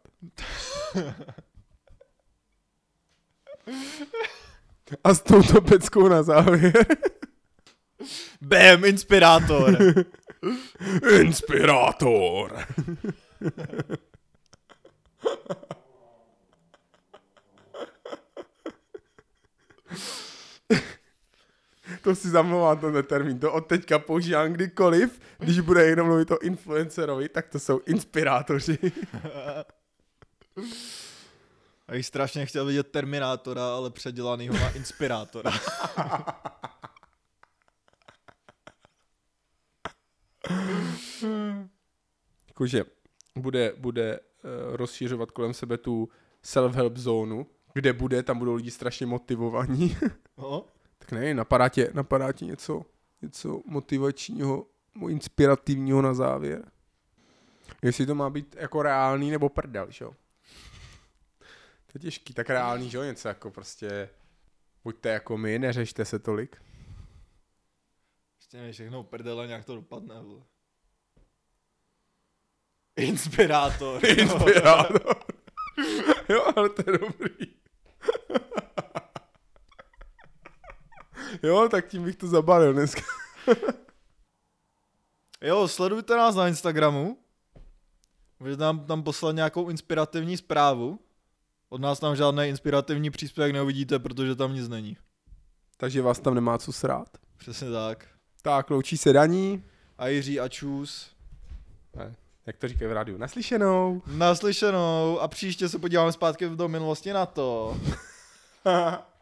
A s touto peckou na závěr. Bam, inspirátor. Inspirátor. To si zamlouvám tenhle termín, to od teďka používám kdykoliv, když bude někdo mluvit o influencerovi, tak to jsou inspirátoři. A jich strašně chtěl vidět Terminátora, ale předělanýho na inspirátora. Jakože bude, bude uh, rozšířovat kolem sebe tu self-help zónu, kde bude, tam budou lidi strašně motivovaní. No. Tak nevím, napadá tě, napadá tě něco, něco motivačního, inspirativního na závěr? Jestli to má být jako reálný nebo prdel, že jo? To je těžký, tak reálný, že jo? Něco jako prostě, buďte jako my, neřešte se tolik. Ještě mi všechno prdele, nějak to dopadne. Vole. Inspirátor. Inspirátor. Jo, ale to je dobrý. Jo, tak tím bych to zabalil dneska. Jo, sledujte nás na Instagramu. Můžete nám tam poslat nějakou inspirativní zprávu. Od nás tam žádný inspirativní příspěvek neuvidíte, protože tam nic není. Takže vás tam nemá co srát. Přesně tak. Tak, loučí se Daní. A Jiří a čus. Ne, jak to říkají v rádiu, naslyšenou. Naslyšenou a příště se podíváme zpátky do minulosti na to.